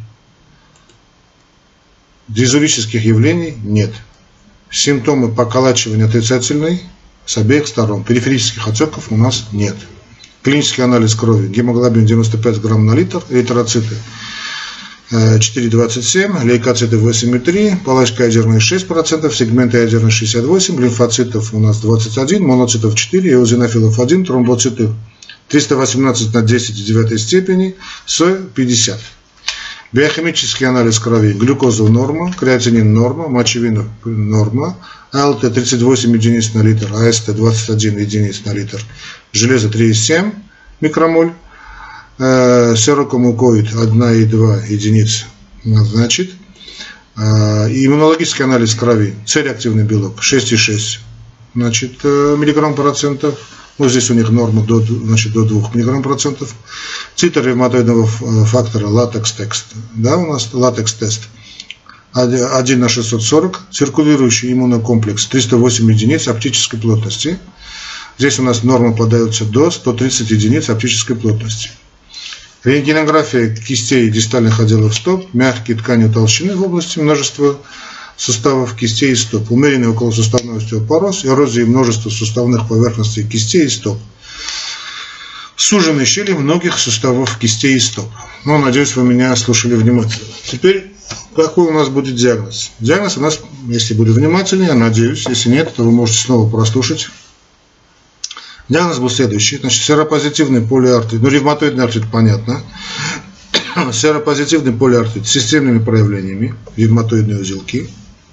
Дизурических явлений нет. Симптомы поколачивания отрицательные с обеих сторон. Периферических отеков у нас нет. Клинический анализ крови. Гемоглобин девяносто пять грамм на литр. Эритроциты четыре двадцать семь. Лейкоциты восемь и три. Палочка ядерная шесть процентов. Сегменты ядерные шестьдесят восемь. Лимфоцитов у нас двадцать один. Моноцитов четыре. Эозинофилов один. Тромбоциты триста восемнадцать на десять в девятой степени. Соя пятьдесят. Биохимический анализ крови. Глюкоза норма. Креатинин норма. Мочевина норма. АЛТ тридцать восемь единиц на литр. АСТ двадцать один единиц на литр. Железо три и семь микромоль. Э, серокомукоид один и два единиц. Значит. Э, иммунологический анализ крови. С-реактивный белок шесть и шесть значит, э, миллиграмм процентов. Вот здесь у них норма до, значит, до двух миллиграмм процентов. Титр ревматоидного фактора латекс-тест. Да, у нас латекс-тест. один на шестьсот сорок. Циркулирующий иммунокомплекс триста восемь единиц оптической плотности. Здесь у нас норма подается до ста тридцати единиц оптической плотности. Рентгенография кистей и дистальных отделов стоп. Мягкие ткани толщины в области множества суставов кистей и стоп. Умеренный околосуставной остеопороз. Эрозия множества суставных поверхностей кистей и стоп. Суженные щели многих суставов кистей и стоп. Ну, надеюсь, вы меня слушали внимательно. Теперь, какой у нас будет диагноз? Диагноз у нас, если будет внимательнее, я надеюсь. Если нет, то вы можете снова прослушать. Диагноз был следующий. Значит, серопозитивный полиартрит. Ну, ревматоидный артрит, понятно. Серопозитивный полиартрит с системными проявлениями. Ревматоидные узелки.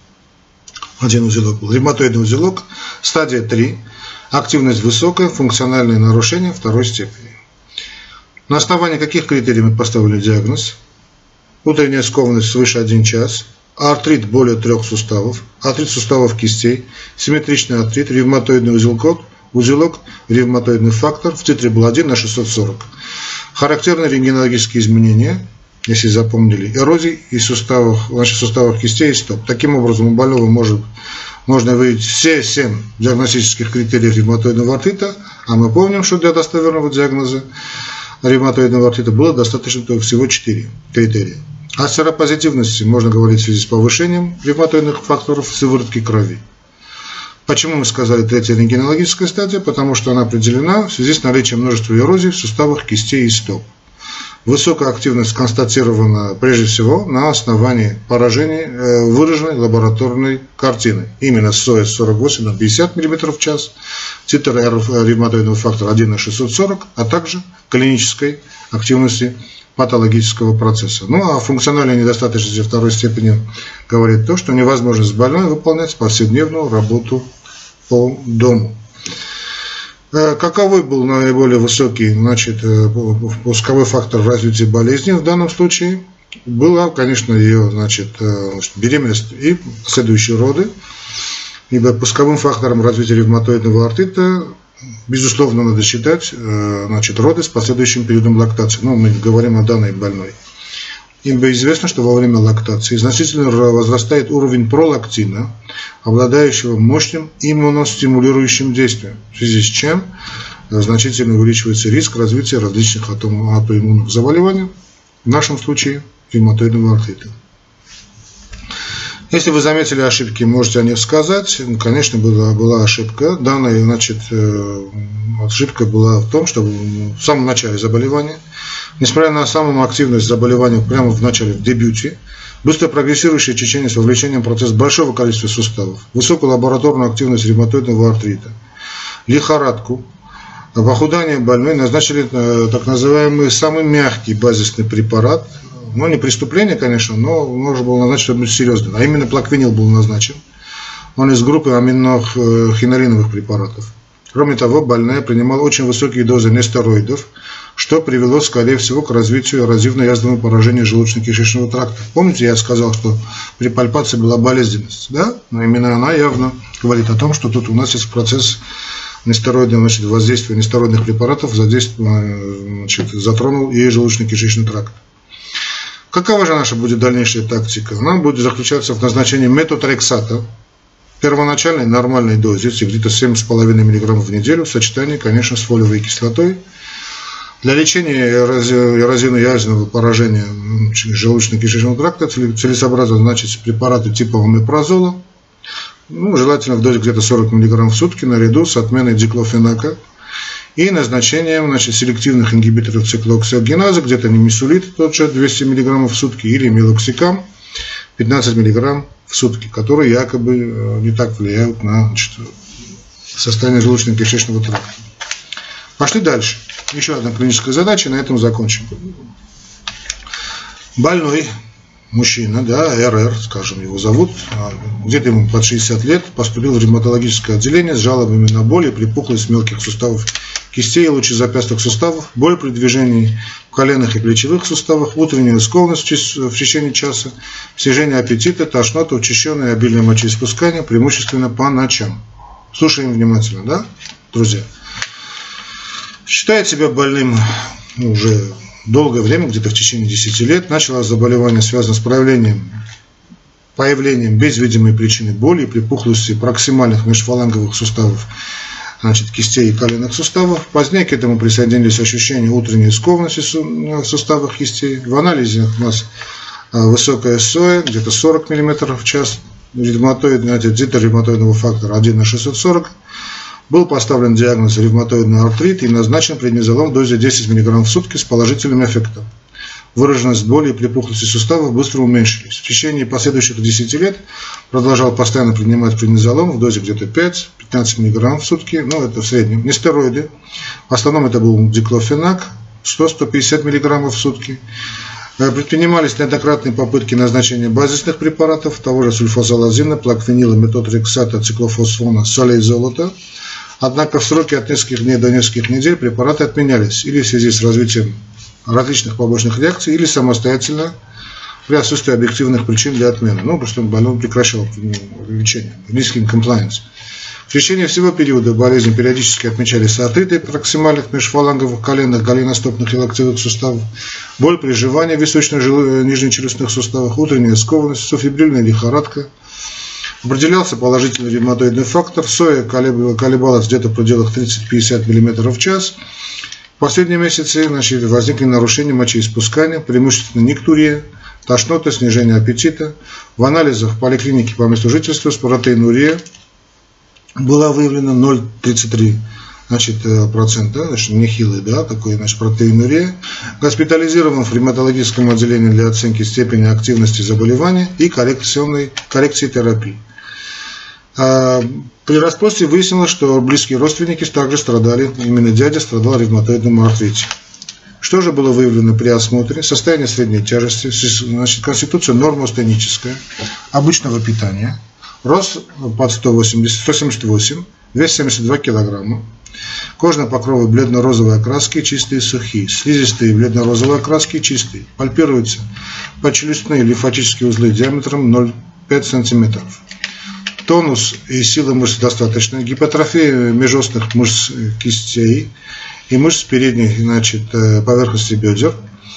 Один узелок был. Ревматоидный узелок. Стадия три. Активность высокая, функциональные нарушения второй степени. На основании каких критерий мы поставили диагноз? Утренняя скованность свыше один час, артрит более трех суставов, артрит суставов кистей, симметричный артрит, ревматоидный узелок, узелок, ревматоидный фактор, в титре был один на шестьсот сорок. Характерные рентгенологические изменения, если запомнили, эрозий и суставах, значит, суставах кистей и стоп. Таким образом, у больного может можно выявить все семь диагностических критериев ревматоидного артрита, а мы помним, что для достоверного диагноза ревматоидного артрита было достаточно только всего четыре критерия. О серопозитивности можно говорить в связи с повышением ревматоидных факторов в сыворотке крови. Почему мы сказали третья рентгенологическая стадия? Потому что она определена в связи с наличием множества эрозий в суставах кистей и стоп. Высокая активность констатирована прежде всего на основании поражений, выраженной лабораторной картины. Именно СОЭ сорок восемь на пятьдесят миллиметров в час, титр ревматоидного фактора один на шестьсот сорок, а также клинической активности патологического процесса. Ну а функциональной недостаточности второй степени говорит то, что невозможность больной выполнять повседневную работу по дому. Каковой был наиболее высокий, значит, пусковой фактор в развитии болезни в данном случае? Была, конечно, ее, значит, беременность и следующие роды, ибо пусковым фактором развития ревматоидного артрита, безусловно, надо считать, значит, роды с последующим периодом лактации. Ну, мы говорим о данной больной. Ибо известно, что во время лактации значительно возрастает уровень пролактина, обладающего мощным иммуностимулирующим действием, в связи с чем значительно увеличивается риск развития различных аутоиммунных заболеваний, в нашем случае ревматоидного артрита. Если вы заметили ошибки, можете о них сказать. Конечно, была, была ошибка. Данная, значит, ошибка была в том, что в самом начале заболевания, несмотря на самую активность заболевания прямо в начале, в дебюте, быстро прогрессирующее течение с вовлечением в процесс большого количества суставов, высокую лабораторную активность ревматоидного артрита, лихорадку, похудание больной, назначили так называемый самый мягкий базисный препарат. Ну, не преступление, конечно, но можно было назначить что-нибудь серьезное. А именно плаквенил был назначен. Он из группы аминохинолиновых препаратов. Кроме того, больная принимала очень высокие дозы нестероидов, что привело, скорее всего, к развитию эрозивно-язвенного поражения желудочно-кишечного тракта. Помните, я сказал, что при пальпации была болезненность, да? Но именно она явно говорит о том, что тут у нас есть процесс нестероидного, значит, воздействия нестероидных препаратов, значит, затронул и желудочно-кишечный тракт. Какова же наша будет дальнейшая тактика? Она будет заключаться в назначении метотрексата, первоначальной нормальной дозе, где-то семь с половиной миллиграммов в неделю, в сочетании, конечно, с фолиевой кислотой. Для лечения эрозивно-язвенного поражения желудочно-кишечного тракта целесообразно назначить препараты типа омепразола, ну, желательно в дозе где-то сорок миллиграммов в сутки, наряду с отменой диклофенака и назначением, значит, селективных ингибиторов циклооксигеназы, где-то немесулит, тот же двести миллиграммов в сутки, или мелоксикам пятнадцать миллиграмм в сутки, которые якобы не так влияют на, значит, состояние желудочно-кишечного тракта. Пошли дальше. Еще одна клиническая задача, на этом закончим. Больной мужчина, да, эр эр, скажем, его зовут, где-то ему под шестьдесят лет, поступил в ревматологическое отделение с жалобами на боль и припухлость мелких суставов кистей и лучезапястных суставов, боль при движении в коленных и плечевых суставах, утренняя скованность в течение часа, снижение аппетита, тошнота, учащенное обильное мочеиспускание, преимущественно по ночам. Слушаем внимательно, да, друзья? Считает себя больным, ну, уже долгое время, где-то в течение десяти лет, началось заболевание, связанное с проявлением, появлением без видимой причины боли и припухлости проксимальных межфаланговых суставов, значит, кистей и коленных суставов. Позднее к этому присоединились ощущения утренней скованности в суставах кистей. В анализе у нас высокая СОЭ, где-то сорок миллиметров в час, ревматоидный, титр ревматоидного фактора один на шестьсот сорок. Был поставлен диагноз ревматоидный артрит и назначен преднизолон в дозе десять миллиграмм в сутки с положительным эффектом. Выраженность боли и припухлости суставов быстро уменьшились. В течение последующих десяти лет продолжал постоянно принимать преднизолон в дозе где-то пять-пятнадцать миллиграмм в сутки, ну это в среднем, нестероиды. В основном это был диклофенак, сто-сто пятьдесят миллиграммов в сутки. Предпринимались неоднократные попытки назначения базисных препаратов, того же сульфазолазина, плаквенила, метотрексата, циклофосфона, солей золота. Однако в сроке от нескольких дней до нескольких недель препараты отменялись или в связи с развитием различных побочных реакций, или самостоятельно при отсутствии объективных причин для отмены. Ну, потому что больной прекращал лечение, низкий комплайенс. В течение всего периода болезни периодически отмечались артриты проксимальных межфаланговых, коленных, голеностопных и локтевых суставов, боль при жевании в височно-нижнечелюстных суставах, утренняя скованность, субфибрильная лихорадка. Определялся положительный ревматоидный фактор, СОЭ колебалась где-то в пределах тридцать-пятьдесят миллиметров в час. В последние месяцы, значит, возникли нарушения мочеиспускания, преимущественно никтурия, тошнота, снижение аппетита. В анализах в поликлинике по месту жительства споротеинурия была выявлена ноль целых тридцать три значит, процента, значит, нехилый, да, такой, значит, протеинурия. Госпитализирован в ревматологическом отделении для оценки степени активности заболевания и коррекционной, коррекции терапии. При расспросе выяснилось, что близкие родственники также страдали, именно дядя страдал ревматоидным артритом. Что же было выявлено при осмотре? Состояние средней тяжести, значит, конституция нормостеническая, обычного питания, рост под сто восемьдесят, сто семьдесят восемь, вес семьдесят два килограмма, кожные покровы бледно-розовой окраски, чистые, сухие, слизистые бледно-розовой окраски, чистые, пальпируются подчелюстные лимфатические узлы диаметром ноль целых пять десятых сантиметров. Тонус и сила мышц достаточно, гипотрофия межостных мышц кистей и мышц передней, значит, поверхности бедер,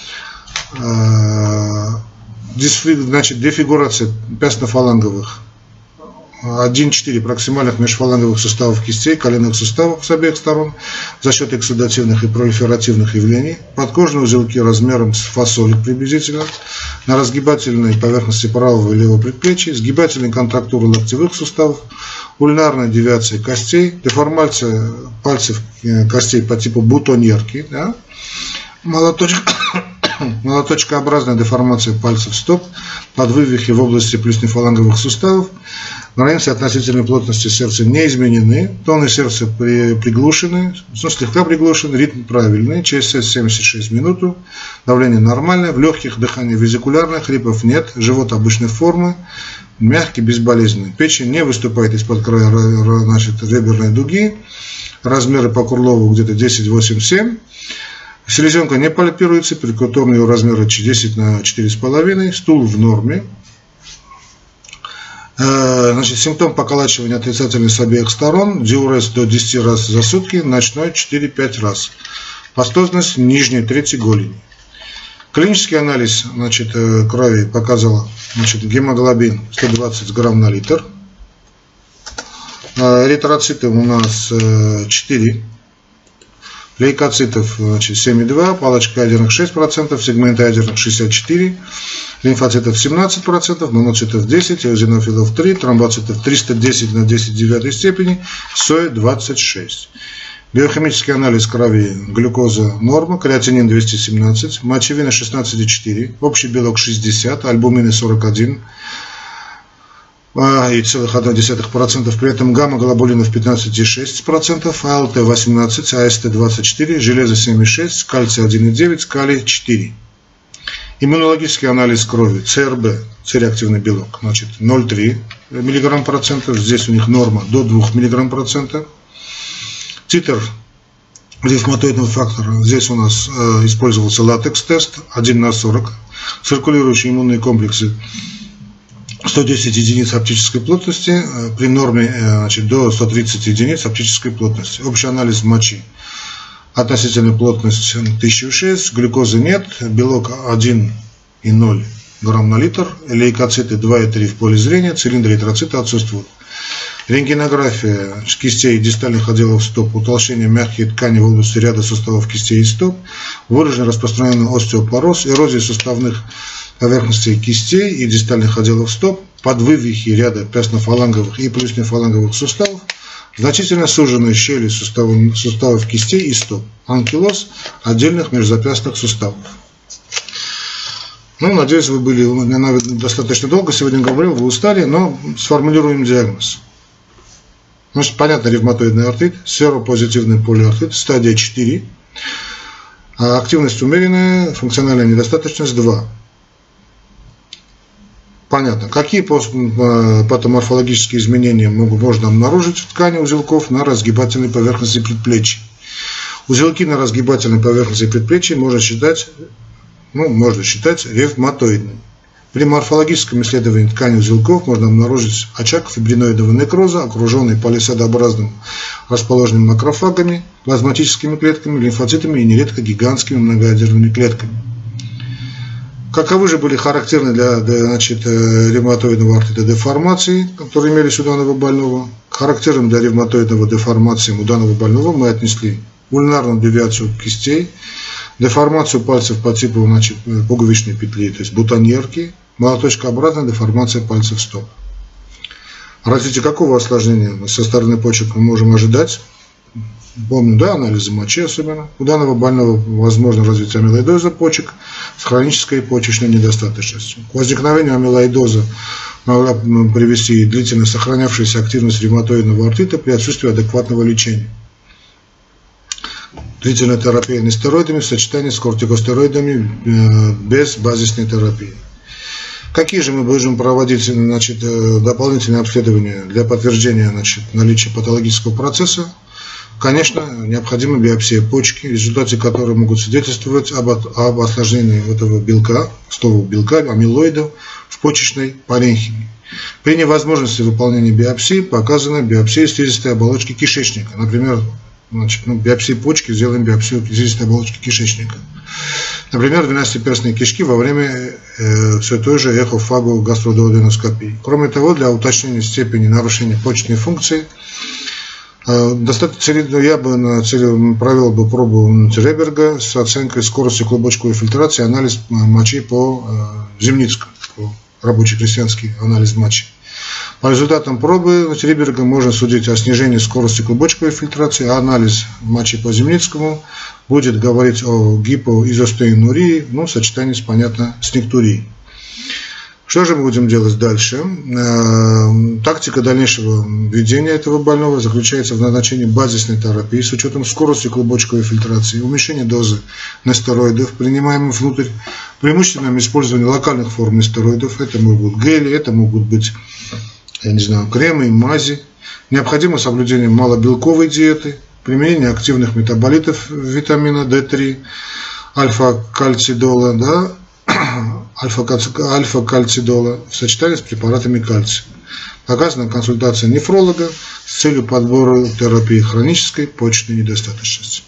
значит, дефигурация пястно-фаланговых, один целых четыре проксимальных межфаланговых суставов кистей, коленных суставов с обеих сторон за счет эксудативных и пролиферативных явлений, подкожные узелки размером с фасоль приблизительно, на разгибательной поверхности правого и левого предплечья, сгибательной контрактуры локтевых суставов, ульнарная девиация костей, деформация пальцев костей по типу бутоньерки, да? Молоточка, молоточкообразная деформация пальцев стоп, подвывихи в области плюснефаланговых суставов, границы относительной плотности сердца не изменены, тоны сердца при, приглушены, ну, слегка приглушен, ритм правильный, ЧСС семьдесят шесть минут, давление нормальное, в легких дыхание визикулярное, хрипов нет, живот обычной формы, мягкий, безболезненный, печень не выступает из-под края, значит, реберной дуги, размеры по Курлову где-то десять, восемь, семь. Селезенка не пальпируется, перикуторный его размер десять на четыре с половиной, стул в норме. Значит, симптом поколачивания отрицательный с обеих сторон, диурез до десяти раз за сутки, ночной четыре-пять раз. Пастозность нижней трети голени. Клинический анализ, значит, крови показал, значит, гемоглобин сто двадцать грамм на литр. Эритроциты у нас четыре. Лейкоцитов, значит, семь целых два десятых, палочка ядерных шесть процентов, сегменты ядерных шестьдесят четыре процента, лимфоцитов семнадцать процентов, моноцитов десять процентов, эозинофилов три процента, тромбоцитов триста десять на десять в девятой степени, сои двадцать шесть процентов. Биохимический анализ крови, глюкоза норма, креатинин двести семнадцать, мочевина шестнадцать целых четыре десятых, общий белок шестьдесят, альбумины сорок один целых одна десятая процента, при этом гамма-глобулинов пятнадцать целых шесть десятых процента, АЛТ восемнадцать, АСТ двадцать четыре, железо семь целых шесть десятых, кальций один целых девять десятых, калий четыре. Иммунологический анализ крови, ЦРБ, цереактивный белок, значит, ноль целых три миллиграмма процентов, здесь у них норма до двух миллиграмм процента. Титр ревматоидного фактора, здесь у нас э, использовался латекс-тест один на сорок, циркулирующие иммунные комплексы сто десять единиц оптической плотности, при норме, значит, до ста тридцати единиц оптической плотности. Общий анализ мочи. Относительная плотность тысяча шесть, глюкозы нет, белок один целых ноль десятых грамм на литр, лейкоциты два целых три десятых в поле зрения, цилиндры эритроцита отсутствуют. Рентгенография кистей и дистальных отделов стоп, утолщение мягких тканей в области ряда суставов кистей и стоп, выраженный распространенный остеопороз, эрозия суставных поверхностей кистей и дистальных отделов стоп, подвывихи ряда пястно-фаланговых и плюснефаланговых суставов, значительно суженные щели суставов, суставов кистей и стоп, анкилоз отдельных межзапястных суставов. Ну, надеюсь, вы были достаточно долго сегодня говорил, вы устали, но сформулируем диагноз. Значит, понятно, ревматоидный артрит, серопозитивный полиартрит, стадия четыре, активность умеренная, функциональная недостаточность два. Понятно. Какие патоморфологические изменения можно обнаружить в ткани узелков на разгибательной поверхности предплечья? Узелки на разгибательной поверхности предплечья можно считать, ну, можно считать ревматоидными. При морфологическом исследовании ткани узелков можно обнаружить очаг фибриноидного некроза, окруженный палисадообразным расположенными макрофагами, плазматическими клетками, лимфоцитами и нередко гигантскими многоядерными клетками. Каковы же были характерны для, значит, ревматоидного артрита деформации, которые имелись у данного больного? Характерным для ревматоидного деформации у данного больного мы отнесли ульнарную девиацию кистей, деформацию пальцев по типу, значит, пуговичной петли, то есть бутоньерки, молоточкообразная деформация пальцев стоп. Развитие какого осложнения со стороны почек мы можем ожидать? помню, да, анализы мочи особенно. У данного больного возможно развитие амилоидоза почек с хронической почечной недостаточностью. К возникновению амилоидоза могла привести длительно сохранявшаяся активность ревматоидного артрита при отсутствии адекватного лечения. Длительная терапия нестероидами в сочетании с кортикостероидами без базисной терапии. Какие же мы будем проводить, значит, дополнительные обследования для подтверждения, значит, наличия патологического процесса? Конечно, необходима биопсия почки, в результате которой могут свидетельствовать об, об осложнении этого белка, стового белка, амилоидов в почечной паренхиме. При невозможности выполнения биопсии показана биопсия слизистой оболочки кишечника. Например, значит, ну, биопсия почки, сделаем биопсию слизистой оболочки кишечника. Например, двенадцатиперстной кишки во время э, все той же эхофагогастродуоденоскопии. Кроме того, для уточнения степени нарушения почечной функции э, достаточно, я бы на цель, провел бы пробу Реберга с оценкой скорости клубочковой фильтрации, анализ мочи по э, Земницкому, по рабочий крестьянский анализ мочи. По результатам пробы Реберга можно судить о снижении скорости клубочковой фильтрации, а анализ мочи по Земницкому будет говорить о гипоизостеинурии, ну, в сочетании, с, понятно, с нектурией. Что же мы будем делать дальше? Тактика дальнейшего ведения этого больного заключается в назначении базисной терапии с учетом скорости клубочковой фильтрации, уменьшения дозы нестероидов, принимаемых внутрь, преимущественном использовании локальных форм нестероидов. Это могут быть гели, это могут быть, я не знаю, кремы и мази. Необходимо соблюдение малобелковой диеты, применение активных метаболитов витамина дэ три, альфа-кальцидола, да, альфа-кальцидола в сочетании с препаратами кальция. Показана консультация нефролога с целью подбора терапии хронической почечной недостаточности.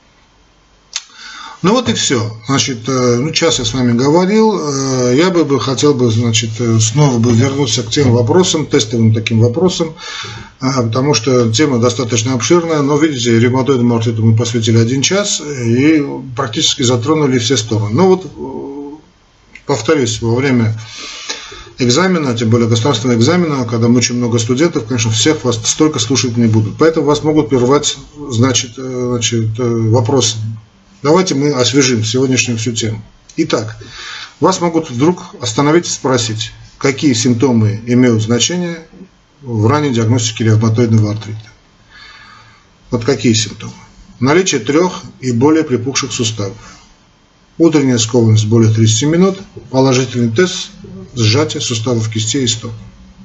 Ну вот и все. Значит, ну, час я с вами говорил. Я бы, бы хотел бы, значит, снова бы вернуться к тем вопросам, тестовым таким вопросам, потому что тема достаточно обширная, но, видите, ревматоидному артриту мы посвятили один час и практически затронули все стороны. Ну вот, повторюсь, во время экзамена, тем более государственного экзамена, когда очень много студентов, конечно, всех вас столько слушать не будут. Поэтому вас могут прервать, значит, значит, вопросы. Давайте мы освежим сегодняшнюю всю тему. Итак, вас могут вдруг остановить и спросить, какие симптомы имеют значение в ранней диагностике ревматоидного артрита. Вот какие симптомы? Наличие трех и более припухших суставов. Утренняя скованность более тридцати минут, положительный тест, сжатие суставов кистей и стоп.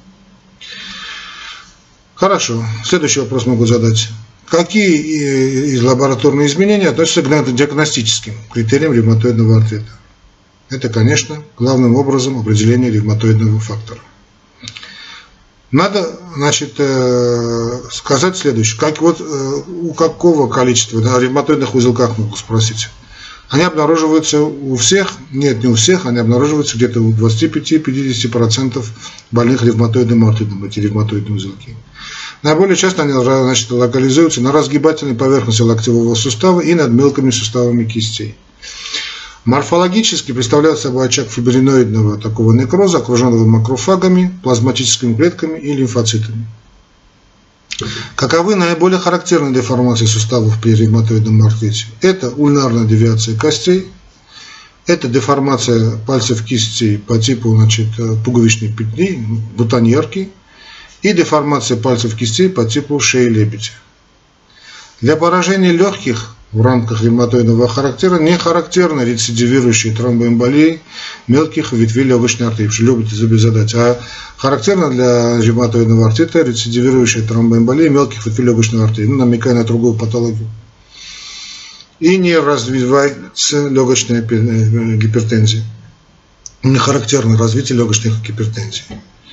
Хорошо, следующий вопрос могу задать. Какие из лабораторных изменений относятся к диагностическим критериям ревматоидного артрита? Это, конечно, главным образом определение ревматоидного фактора. Надо, значит, сказать следующее. Как, вот, у какого количества, да, ревматоидных узелках могу спросить? Они обнаруживаются у всех? Нет, не у всех. Они обнаруживаются где-то у двадцати пяти — пятидесяти процентов больных ревматоидным артритом, эти ревматоидные узелки. Наиболее часто они, значит, локализуются на разгибательной поверхности локтевого сустава и над мелкими суставами кистей. Морфологически представляют собой очаг фибриноидного такого некроза, окруженного макрофагами, плазматическими клетками и лимфоцитами. Каковы наиболее характерные деформации суставов при ревматоидном артрите? Это ульнарная девиация костей, это деформация пальцев кисти по типу, значит, пуговичной петли, бутоньерки, и деформация пальцев кистей по типу шеи лебедя. Для поражения легких в рамках ревматоидного характера не характерны рецидивирующие тромбоэмболии мелких ветвей легочной артерии. Любите задать. А характерно для ревматоидного артрита рецидивирующая тромбоэмболия мелких ветвей легочной артерии, ну, намекая на другую патологию. И не развивается легочная гипертензия. Не характерно развитие легочной гипертензии.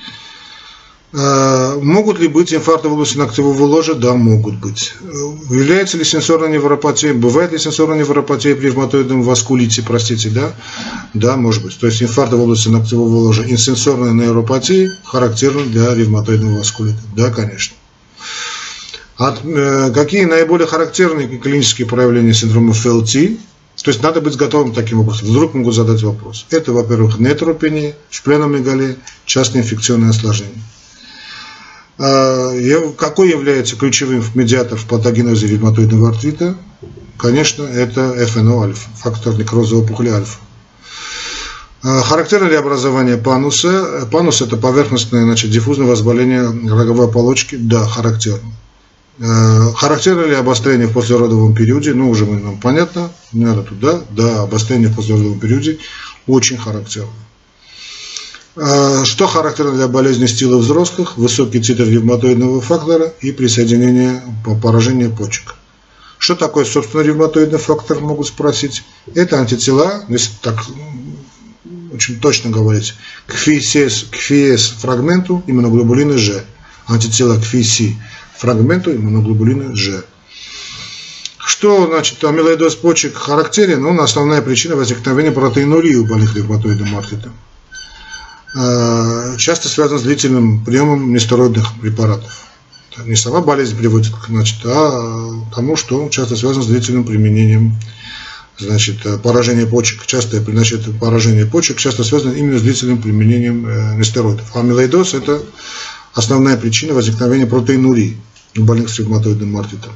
Могут ли быть инфаркты в области ногтевого ложа? Да, могут быть. Является ли сенсорная невропатия? Бывает ли сенсорная невропатия при ревматоидном васкулите, простите, да? Да, может быть. То есть инфаркты в области ногтевого ложа и сенсорная невропатия характерны для ревматоидного васкулита? Да, конечно. От, э, какие наиболее характерные клинические проявления синдрома эф эл ти? То есть надо быть готовым таким образом. Вдруг могут задать вопрос. Это, во-первых, нейтропения, шпленомегалия, частные инфекционные осложнения. Какой является ключевым медиатором в патогенезе ревматоидного артрита? Конечно, это эф эн о альфа, фактор некроза опухоли альфа. Характерно ли образование пануса? Панус – это поверхностное, значит, диффузное воспаление роговой оболочки? Да, характерно. Характерно ли обострение в послеродовом периоде? Ну, уже нам понятно, не надо туда. Да, обострение в послеродовом периоде очень характерно. Что характерно для болезни стила взрослых? Высокий титр ревматоидного фактора и присоединение поражения почек. Что такое, собственно, ревматоидный фактор, могут спросить. Это антитела, если так очень точно говорить, к эф и эс фрагменту иммуноглобулина G. Антитела к эф и эс фрагменту иммуноглобулина G. Что значит амилоидоз почек характерен? Он основная причина возникновения протеинурии у больных ревматоидным артритом. Часто связан с длительным приемом нестероидных препаратов. Не сама болезнь приводит, значит, а тому, что часто связано с длительным применением, значит, поражения почек. Часто значит, поражение почек часто связано именно с длительным применением нестероидов. Амилоидоз – это основная причина возникновения протеинурии у больных с ревматоидным артритом.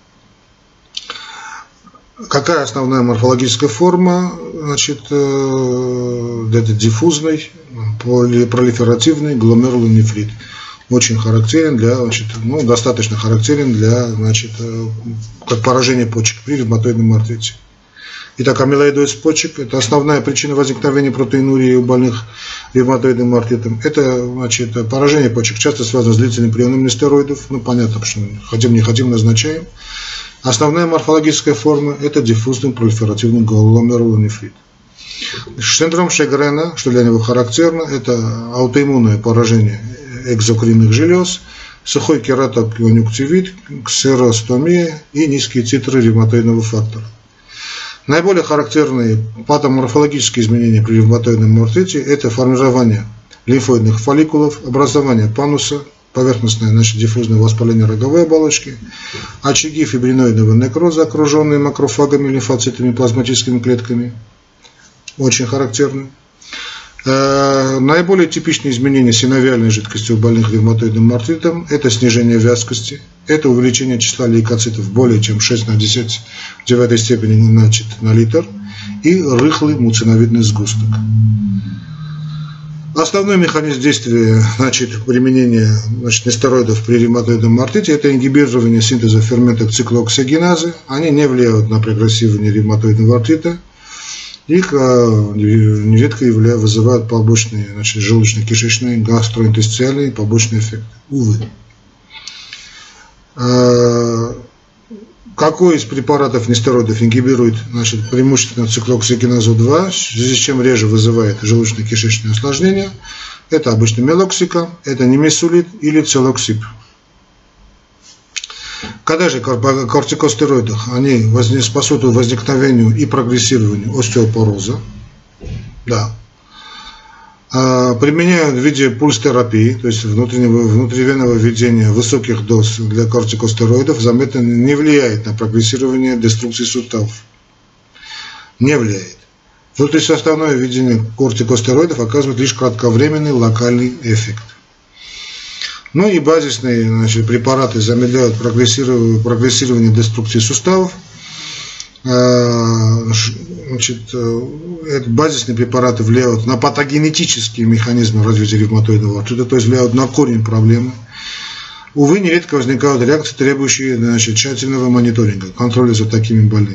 Какая основная морфологическая форма? Значит, это диффузный, пролиферативный гломерулонефрит. Очень характерен для, значит, ну, достаточно характерен для, значит, как поражение почек при ревматоидном артрите. Итак, амилоидоз почек – это основная причина возникновения протеинурии у больных ревматоидным артритом. Это, значит, поражение почек часто связано с длительным приемом нестероидов. Ну, понятно, что хотим, не хотим, назначаем. Основная морфологическая форма – это диффузный пролиферативный гломерулонефрит. Синдром Шегрена, что для него характерно, это аутоиммунное поражение экзокринных желез, сухой кератоконъюнктивит, ксеростомия и низкие титры ревматоидного фактора. Наиболее характерные патоморфологические изменения при ревматоидном артрите – это формирование лимфоидных фолликулов, образование пануса, поверхностное, значит, диффузное воспаление роговой оболочки, очаги фибриноидного некроза, окруженные макрофагами, лимфоцитами, плазматическими клетками. Очень характерны. Наиболее типичные изменения синовиальной жидкости у больных ревматоидным артритом – это снижение вязкости, это увеличение числа лейкоцитов более чем шесть на десять в девятой степени, значит, на литр и рыхлый муциновидный сгусток. Основной механизм действия, значит, применения, значит, нестероидов при ревматоидном артрите – это ингибирование синтеза ферментов циклооксигеназы. Они не влияют на прогрессирование ревматоидного артрита. Их нередко вызывают побочные, значит, желудочно-кишечные, гастроинтестициальные побочные эффекты. Увы. Какой из препаратов нестероидов ингибирует, значит, преимущественно циклооксигеназу два, в связи с чем реже вызывает желудочно-кишечные осложнения? Это обычно мелоксика, это немесулит или целоксип. Когда же кортикостероидах они способствуют возникновению и прогрессированию остеопороза, да, применяют в виде пульс-терапии, то есть внутреннего, внутривенного введения высоких доз для кортикостероидов, заметно не влияет на прогрессирование деструкции суставов. Не влияет. Внутрисуставное введение кортикостероидов оказывает лишь кратковременный локальный эффект. Ну и базисные, значит, препараты замедляют прогрессирование, прогрессирование деструкции суставов. Значит, базисные препараты влияют на патогенетические механизмы развития ревматоидного артрита, то есть влияют на корень проблемы. Увы, нередко возникают реакции, требующие, значит, тщательного мониторинга, контроля за такими больными.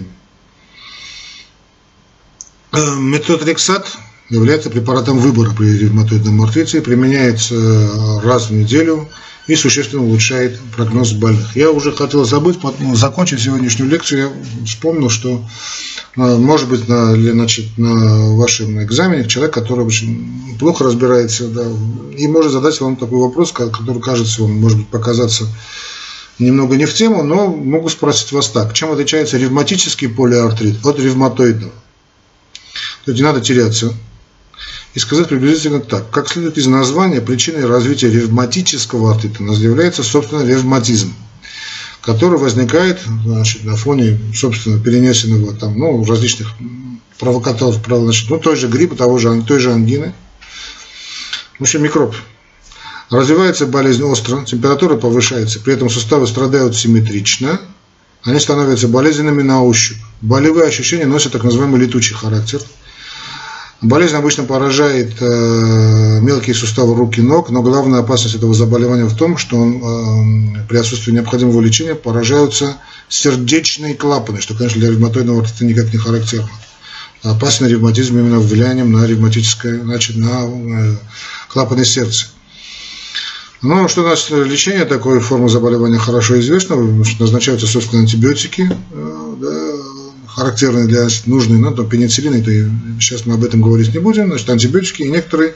Метотрексат является препаратом выбора при ревматоидном артрите, применяется раз в неделю и существенно улучшает прогноз больных. Я уже хотел забыть, закончить сегодняшнюю лекцию, я вспомнил, что может быть на, значит, на вашем экзамене человек, который очень плохо разбирается, да, и может задать вам такой вопрос, который кажется вам, может быть, показаться немного не в тему, но могу спросить вас так: чем отличается ревматический полиартрит от ревматоидного? То есть не надо теряться. И сказать приблизительно так: как следует из названия, причиной развития ревматического артрита является, собственно, ревматизм, который возникает, значит, на фоне, собственно, перенесенного там, ну, различных провокаторов, значит, ну, той же гриппа, того же, той же ангины. В общем, микроб. Развивается болезнь остро, температура повышается, при этом суставы страдают симметрично, они становятся болезненными на ощупь. Болевые ощущения носят так называемый летучий характер. Болезнь обычно поражает э, мелкие суставы рук и ног, но главная опасность этого заболевания в том, что он, э, при отсутствии необходимого лечения поражаются сердечные клапаны, что, конечно, для ревматоидного артрита никак не характерно. Опасный ревматизм именно влиянием на ревматическое, значит, на э, клапаны сердца. Ну, что значит лечение такой формы заболевания хорошо известно, назначаются, собственно, антибиотики, э, да, характерные для нужные, ну, то пенициллин, это, сейчас мы об этом говорить не будем, значит, антибиотики и некоторые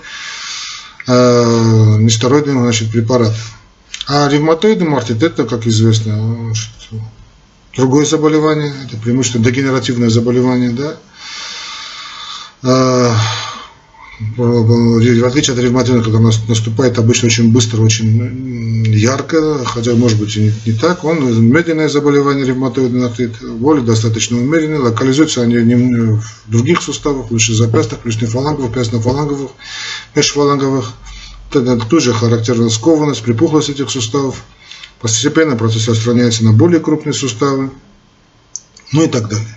э, нестероидные, значит, препараты. А ревматоидный артрит, это, как известно, значит, другое заболевание, это преимущественно дегенеративное заболевание, да. Э, в отличие от ревматоида, когда он наступает обычно очень быстро, очень ярко, хотя может быть и не, не так, он медленное заболевание, ревматоидный артрит, более достаточно умеренный, локализуются они в других суставах, лучше запястных, плечно-фаланговых, пястно-фаланговых, межфаланговых. Тут же характерна скованность, припухлость этих суставов, постепенно процесс распространяется на более крупные суставы, ну и так далее.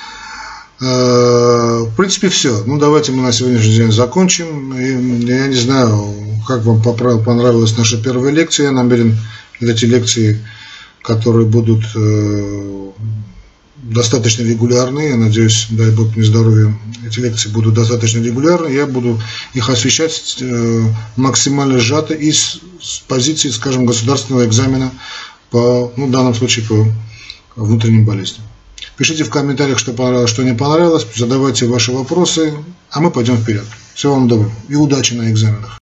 В принципе, все. Ну, давайте мы на сегодняшний день закончим. И я не знаю, как вам понравилась наша первая лекция. Я намерен эти лекции, которые будут э, достаточно регулярны, я надеюсь, дай Бог мне здоровья, эти лекции будут достаточно регулярны. Я буду их освещать э, максимально сжато из с позиции, скажем, государственного экзамена по, ну, в данном случае, по внутренним болезням. Пишите в комментариях, что, что не понравилось, задавайте ваши вопросы, а мы пойдем вперед. Всего вам доброго и удачи на экзаменах.